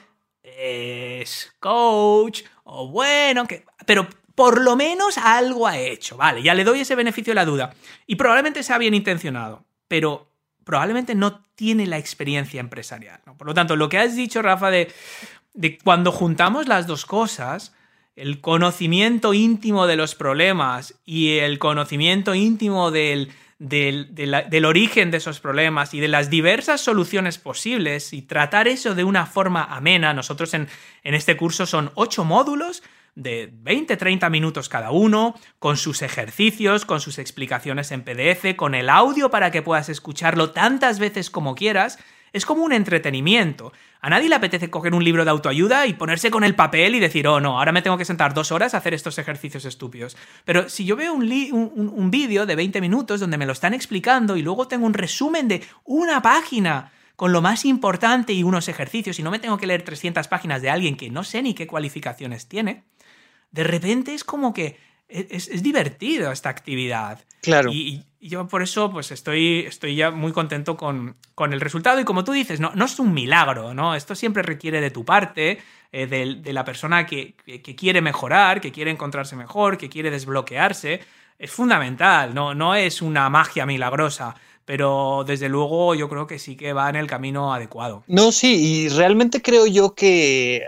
Speaker 3: es coach o bueno, pero por lo menos algo ha hecho. Vale, ya le doy ese beneficio de la duda. Y probablemente sea bien intencionado, pero probablemente no tiene la experiencia empresarial, ¿no? Por lo tanto, lo que has dicho, Rafa, de cuando juntamos las dos cosas, el conocimiento íntimo de los problemas y el conocimiento íntimo del origen de esos problemas y de las diversas soluciones posibles, y tratar eso de una forma amena. Nosotros en este curso son 8 módulos de 20-30 minutos cada uno, con sus ejercicios, con sus explicaciones en PDF, con el audio para que puedas escucharlo tantas veces como quieras. Es como un entretenimiento. A nadie le apetece coger un libro de autoayuda y ponerse con el papel y decir, oh no, ahora me tengo que sentar 2 horas a hacer estos ejercicios estúpidos. Pero si yo veo un vídeo de 20 minutos donde me lo están explicando y luego tengo un resumen de una página con lo más importante y unos ejercicios, y no me tengo que leer 300 páginas de alguien que no sé ni qué cualificaciones tiene, de repente es como que es divertido esta actividad.
Speaker 2: Claro.
Speaker 3: Y yo por eso pues estoy ya muy contento con el resultado. Y como tú dices, no es un milagro, ¿no? Esto siempre requiere de tu parte, de la persona que quiere mejorar, que quiere encontrarse mejor, que quiere desbloquearse. Es fundamental, no es una magia milagrosa. Pero desde luego yo creo que sí que va en el camino adecuado.
Speaker 2: No, sí, y realmente creo yo que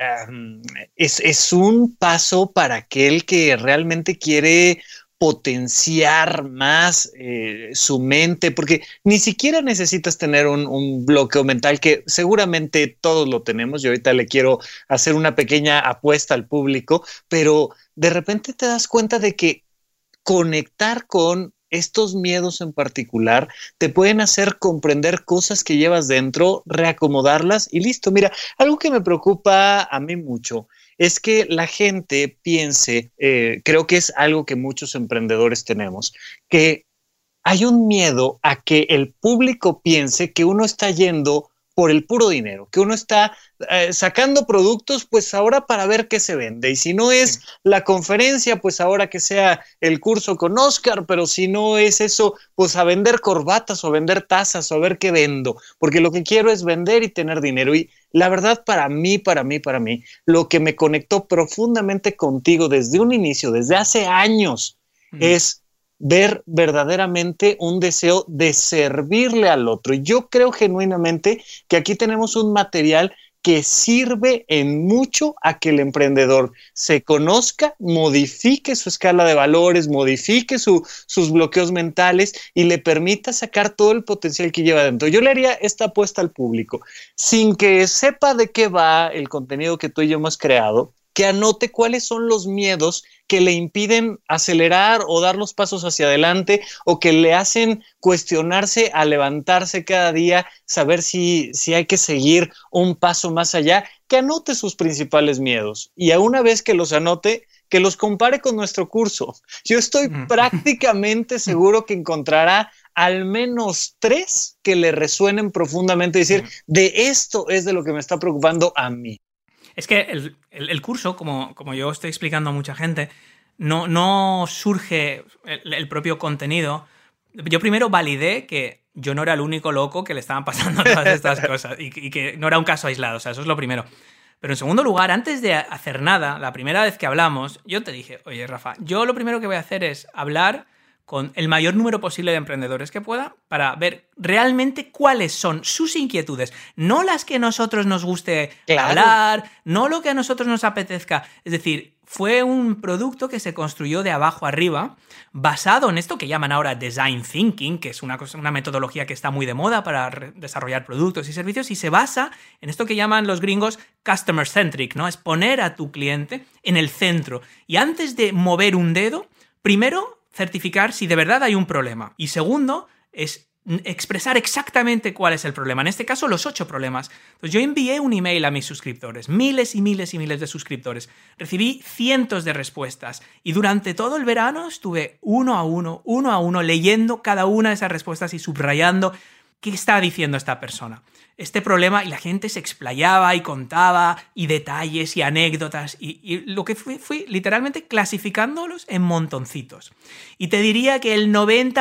Speaker 2: es un paso para aquel que realmente quiere potenciar más su mente, porque ni siquiera necesitas tener un bloqueo mental, que seguramente todos lo tenemos. Yo ahorita le quiero hacer una pequeña apuesta al público, pero de repente te das cuenta de que conectar con estos miedos en particular te pueden hacer comprender cosas que llevas dentro, reacomodarlas y listo. Mira, algo que me preocupa a mí mucho es que la gente piense, creo que es algo que muchos emprendedores tenemos, que hay un miedo a que el público piense que uno está yendo por el puro dinero, que uno está sacando productos, pues ahora para ver qué se vende. Y si no es la conferencia, pues ahora que sea el curso con Oscar, pero si no es eso, pues a vender corbatas o a vender tazas o a ver qué vendo, porque lo que quiero es vender y tener dinero. Y la verdad, para mí, lo que me conectó profundamente contigo desde un inicio, desde hace años, es ver verdaderamente un deseo de servirle al otro. Y yo creo genuinamente que aquí tenemos un material que sirve en mucho a que el emprendedor se conozca, modifique su escala de valores, modifique sus bloqueos mentales y le permita sacar todo el potencial que lleva dentro. Yo le haría esta apuesta al público, sin que sepa de qué va el contenido que tú y yo hemos creado, que anote cuáles son los miedos que le impiden acelerar o dar los pasos hacia adelante o que le hacen cuestionarse a levantarse cada día, saber si hay que seguir un paso más allá, que anote sus principales miedos y a una vez que los anote, que los compare con nuestro curso. Yo estoy prácticamente seguro que encontrará al menos 3 que le resuenen profundamente y decir, de esto es de lo que me está preocupando a mí.
Speaker 3: Es que el curso, como yo estoy explicando a mucha gente, no surge el propio contenido. Yo primero validé que yo no era el único loco que le estaban pasando todas estas cosas y que no era un caso aislado, o sea, eso es lo primero. Pero en segundo lugar, antes de hacer nada, la primera vez que hablamos, yo te dije, oye, Rafa, yo lo primero que voy a hacer es hablar con el mayor número posible de emprendedores que pueda para ver realmente cuáles son sus inquietudes, no las que a nosotros nos guste hablar, no lo que a nosotros nos apetezca. Es decir, fue un producto que se construyó de abajo arriba, basado en esto que llaman ahora Design Thinking, que es una metodología que está muy de moda para desarrollar productos y servicios, y se basa en esto que llaman los gringos Customer Centric, ¿no? Es poner a tu cliente en el centro. Y antes de mover un dedo, primero certificar si de verdad hay un problema. Y segundo, es expresar exactamente cuál es el problema. En este caso, los 8 problemas. Entonces, yo envié un email a mis suscriptores, miles y miles y miles de suscriptores. Recibí cientos de respuestas. Y durante todo el verano estuve uno a uno, leyendo cada una de esas respuestas y subrayando qué está diciendo esta persona. Este problema, y la gente se explayaba y contaba, y detalles y anécdotas, y lo que fui literalmente clasificándolos en montoncitos. Y te diría que el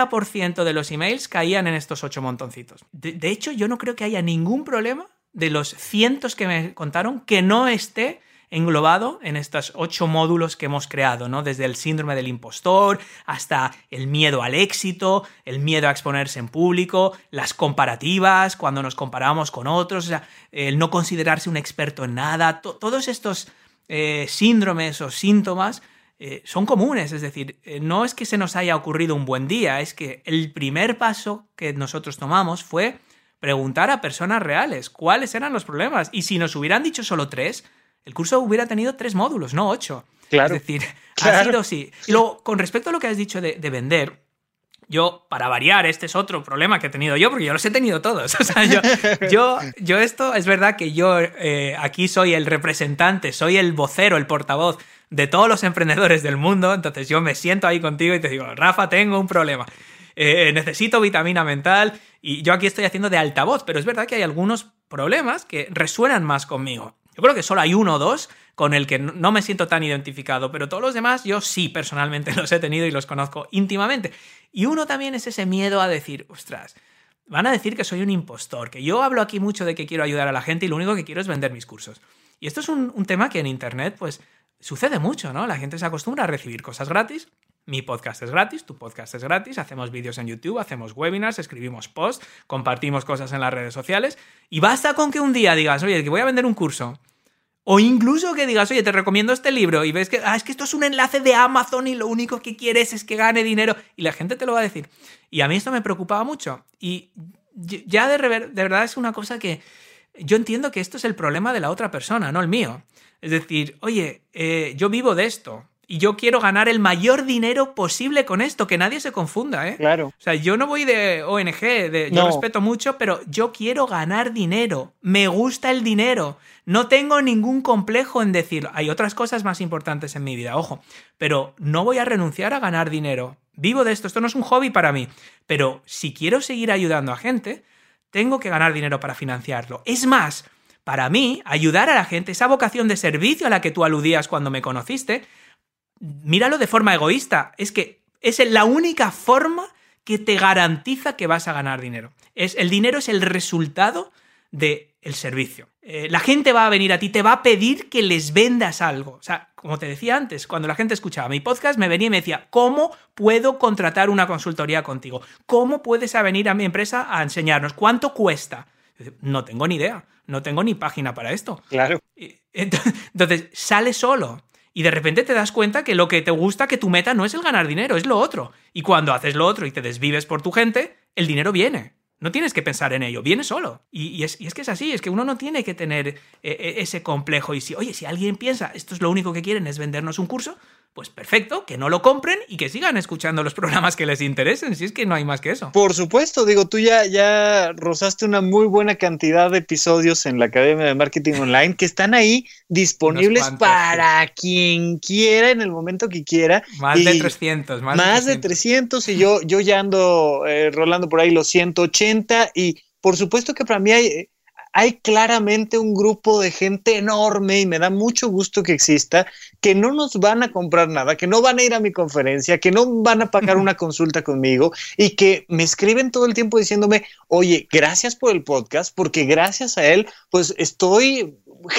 Speaker 3: 90% de los emails caían en estos 8 montoncitos. De hecho, yo no creo que haya ningún problema de los cientos que me contaron que no esté englobado en estos 8 módulos que hemos creado, ¿no? Desde el síndrome del impostor hasta el miedo al éxito, el miedo a exponerse en público, las comparativas, cuando nos comparamos con otros, o sea, el no considerarse un experto en nada. Todos estos síndromes o síntomas son comunes, es decir, no es que se nos haya ocurrido un buen día, es que el primer paso que nosotros tomamos fue preguntar a personas reales cuáles eran los problemas. Y si nos hubieran dicho solo 3, el curso hubiera tenido 3 módulos, no 8.
Speaker 2: Claro. Es
Speaker 3: decir, ha sido así. Y luego, con respecto a lo que has dicho de vender, yo, para variar, este es otro problema que he tenido yo, porque yo los he tenido todos. O sea, yo esto, es verdad que yo aquí soy el representante, soy el vocero, el portavoz de todos los emprendedores del mundo, entonces yo me siento ahí contigo y te digo, Rafa, tengo un problema. Necesito vitamina mental y yo aquí estoy haciendo de altavoz, pero es verdad que hay algunos problemas que resuenan más conmigo. Yo creo que solo hay uno o dos con el que no me siento tan identificado, pero todos los demás yo sí personalmente los he tenido y los conozco íntimamente. Y uno también es ese miedo a decir, ostras, van a decir que soy un impostor, que yo hablo aquí mucho de que quiero ayudar a la gente y lo único que quiero es vender mis cursos. Y esto es un tema que en Internet pues sucede mucho, ¿no? La gente se acostumbra a recibir cosas gratis. Mi podcast es gratis, tu podcast es gratis, hacemos vídeos en YouTube, hacemos webinars, escribimos posts, compartimos cosas en las redes sociales y basta con que un día digas, oye, que voy a vender un curso. O incluso que digas, oye, te recomiendo este libro y ves que es que esto es un enlace de Amazon y lo único que quieres es que gane dinero. Y la gente te lo va a decir. Y a mí esto me preocupaba mucho. Y ya de verdad es una cosa que yo entiendo que esto es el problema de la otra persona, no el mío. Es decir, oye, yo vivo de esto y yo quiero ganar el mayor dinero posible con esto, que nadie se confunda, ¿eh?
Speaker 2: Claro.
Speaker 3: O sea, yo no voy de ONG, yo respeto mucho, pero yo quiero ganar dinero. Me gusta el dinero. No tengo ningún complejo en decir, hay otras cosas más importantes en mi vida, ojo, pero no voy a renunciar a ganar dinero. Vivo de esto no es un hobby para mí, pero si quiero seguir ayudando a gente, tengo que ganar dinero para financiarlo. Es más, para mí, ayudar a la gente, esa vocación de servicio a la que tú aludías cuando me conociste, míralo de forma egoísta. Es que es la única forma que te garantiza que vas a ganar dinero. El dinero es el resultado del servicio. La gente va a venir a ti, te va a pedir que les vendas algo. O sea, como te decía antes, cuando la gente escuchaba mi podcast, me venía y me decía, ¿cómo puedo contratar una consultoría contigo? ¿Cómo puedes venir a mi empresa a enseñarnos? ¿Cuánto cuesta? No tengo ni idea, no tengo ni página para esto.
Speaker 2: Claro.
Speaker 3: Entonces, sale solo. Y de repente te das cuenta que lo que te gusta, que tu meta no es el ganar dinero, es lo otro. Y cuando haces lo otro y te desvives por tu gente, el dinero viene. No tienes que pensar en ello, viene solo. Y es que es así, es que uno no tiene que tener ese complejo. Y si alguien piensa, esto es lo único que quieren, es vendernos un curso, pues perfecto, que no lo compren y que sigan escuchando los programas que les interesen, si es que no hay más que eso.
Speaker 2: Por supuesto, digo, tú ya rozaste una muy buena cantidad de episodios en la Academia de Marketing Online que están ahí disponibles para quien quiera en el momento que quiera.
Speaker 3: Más de 300.
Speaker 2: Más de 300 y yo ya ando rolando por ahí los 180 y por supuesto que para mí hay claramente un grupo de gente enorme y me da mucho gusto que exista, que no nos van a comprar nada, que no van a ir a mi conferencia, que no van a pagar una consulta conmigo y que me escriben todo el tiempo diciéndome, oye, gracias por el podcast, porque gracias a él, pues estoy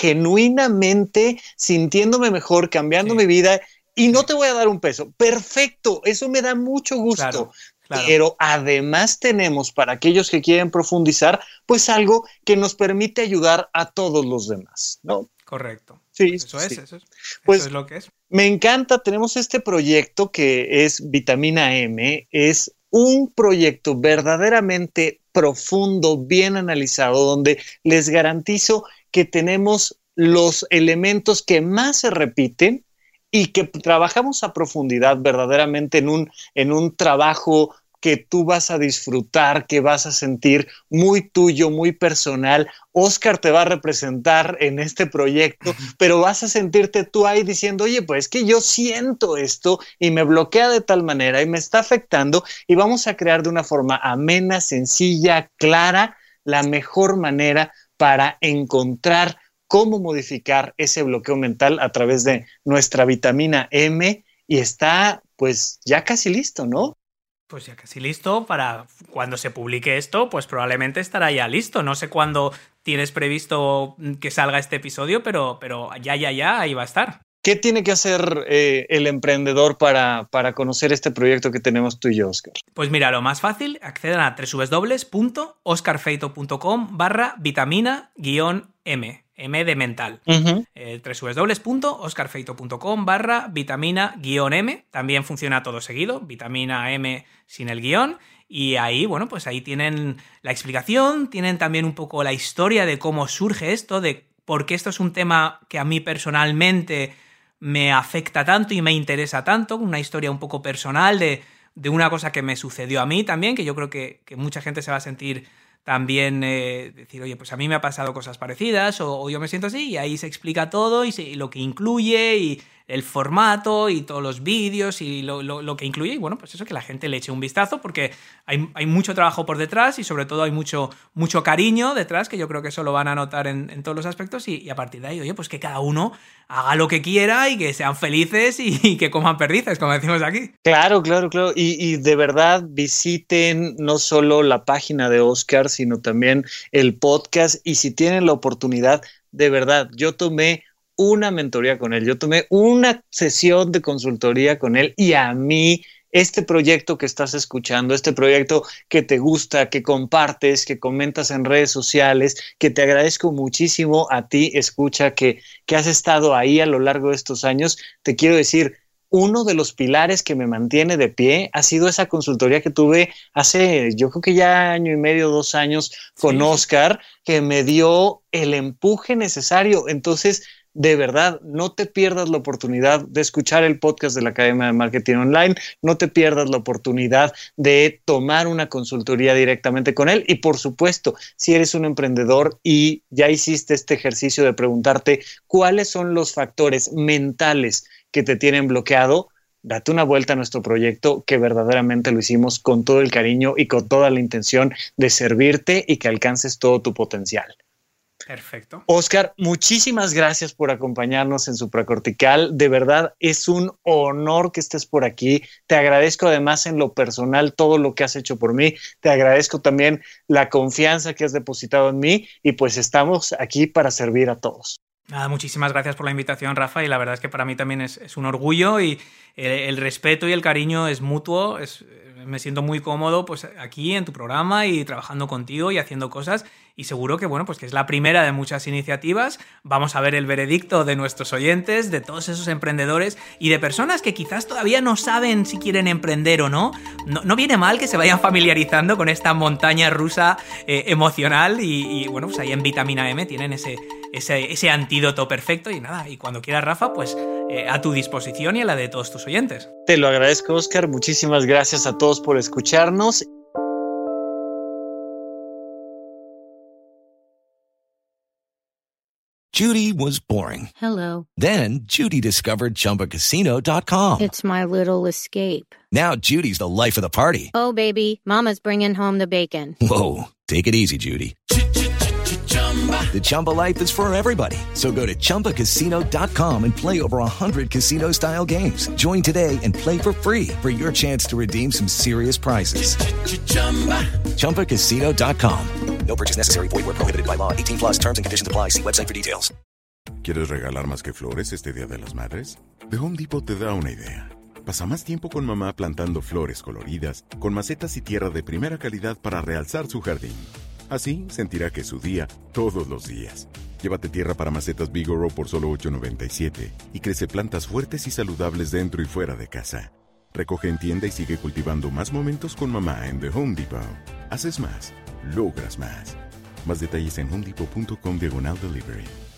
Speaker 2: genuinamente sintiéndome mejor, cambiando mi vida y no te voy a dar un peso. Perfecto, eso me da mucho gusto. Claro. Pero además tenemos para aquellos que quieren profundizar, pues algo que nos permite ayudar a todos los demás, ¿no?
Speaker 3: Correcto.
Speaker 2: Sí,
Speaker 3: pues
Speaker 2: eso
Speaker 3: es lo que es.
Speaker 2: Me encanta, tenemos este proyecto que es Vitamina M, es un proyecto verdaderamente profundo, bien analizado, donde les garantizo que tenemos los elementos que más se repiten y que trabajamos a profundidad verdaderamente en un trabajo que tú vas a disfrutar, que vas a sentir muy tuyo, muy personal. Oscar te va a representar en este proyecto, pero vas a sentirte tú ahí diciendo, oye, pues es que yo siento esto y me bloquea de tal manera y me está afectando y vamos a crear de una forma amena, sencilla, clara, la mejor manera para encontrar cómo modificar ese bloqueo mental a través de nuestra vitamina M y está pues ya casi listo, ¿no?
Speaker 3: Pues ya casi listo para cuando se publique esto, pues probablemente estará ya listo. No sé cuándo tienes previsto que salga este episodio, pero ya, ahí va a estar.
Speaker 2: ¿Qué tiene que hacer el emprendedor para conocer este proyecto que tenemos tú y yo, Oscar?
Speaker 3: Pues mira, lo más fácil, accedan a www.oscarfeito.com/vitamina-M. M de mental. www.oscarfeito.com/vitamina-M. También funciona todo seguido, vitamina M sin el guión. Y ahí, bueno, pues ahí tienen la explicación, tienen también un poco la historia de cómo surge esto, de por qué esto es un tema que a mí personalmente me afecta tanto y me interesa tanto, una historia un poco personal de una cosa que me sucedió a mí también, que yo creo que mucha gente se va a sentir también decir, oye, pues a mí me ha pasado cosas parecidas o yo me siento así, y ahí se explica todo y lo que incluye y el formato y todos los vídeos y lo que incluye. Y bueno, pues eso, que la gente le eche un vistazo, porque hay mucho trabajo por detrás y sobre todo hay mucho cariño detrás, que yo creo que eso lo van a notar en todos los aspectos, y a partir de ahí, oye, pues que cada uno haga lo que quiera y que sean felices y que coman perdices, como decimos aquí.
Speaker 2: Claro. Y de verdad visiten no solo la página de Óscar, sino también el podcast. Y si tienen la oportunidad, de verdad, yo tomé una mentoría con él, yo tomé una sesión de consultoría con él, y a mí este proyecto que estás escuchando, este proyecto que te gusta, que compartes, que comentas en redes sociales, que te agradezco muchísimo a ti, escucha, que has estado ahí a lo largo de estos años, te quiero decir, uno de los pilares que me mantiene de pie ha sido esa consultoría que tuve hace, yo creo que ya 1 año y medio, 2 años con Óscar, que me dio el empuje necesario. Entonces, de verdad, no te pierdas la oportunidad de escuchar el podcast de la Academia de Marketing Online, no te pierdas la oportunidad de tomar una consultoría directamente con él. Y por supuesto, si eres un emprendedor y ya hiciste este ejercicio de preguntarte cuáles son los factores mentales que te tienen bloqueado, date una vuelta a nuestro proyecto, que verdaderamente lo hicimos con todo el cariño y con toda la intención de servirte y que alcances todo tu potencial.
Speaker 3: Perfecto.
Speaker 2: Óscar, muchísimas gracias por acompañarnos en Supracortical. De verdad, es un honor que estés por aquí. Te agradezco además en lo personal todo lo que has hecho por mí. Te agradezco también la confianza que has depositado en mí, y pues estamos aquí para servir a todos.
Speaker 3: Nada, muchísimas gracias por la invitación, Rafa, y la verdad es que para mí también es un orgullo, y el respeto y el cariño es mutuo. Me siento muy cómodo pues aquí en tu programa y trabajando contigo y haciendo cosas, y seguro que bueno, pues que es la primera de muchas iniciativas. Vamos a ver el veredicto de nuestros oyentes, de todos esos emprendedores y de personas que quizás todavía no saben si quieren emprender o no. No viene mal que se vayan familiarizando con esta montaña rusa emocional, y bueno, pues ahí en Vitamina M tienen ese antídoto perfecto. Y nada, y cuando quieras, Rafa, pues a tu disposición y a la de todos tus oyentes.
Speaker 2: Te lo agradezco, Óscar. Muchísimas gracias a todos por escucharnos.
Speaker 4: Judy was boring.
Speaker 5: Hello.
Speaker 4: Then Judy discovered ChumbaCasino.com.
Speaker 5: It's my little escape.
Speaker 4: Now Judy's the life of the party.
Speaker 5: Oh, baby, mama's bringing home the bacon.
Speaker 4: Whoa, take it easy, Judy. The Chumba life is for everybody. So go to ChumbaCasino.com and play over 100 casino-style games. Join today and play for free for your chance to redeem some serious prizes. ChumbaCasino.com. No purchase necessary. Void where prohibited by law. 18+ terms and conditions apply. See website for details.
Speaker 6: ¿Quieres regalar más que flores este Día de las Madres? The Home Depot te da una idea. Pasa más tiempo con mamá plantando flores coloridas, con macetas y tierra de primera calidad para realzar su jardín. Así sentirá que es su día todos los días. Llévate tierra para macetas Bigoro por solo $8.97 y crece plantas fuertes y saludables dentro y fuera de casa. Recoge en tienda y sigue cultivando más momentos con mamá en The Home Depot. Haces más, logras más. Más detalles en homedepot.com/delivery.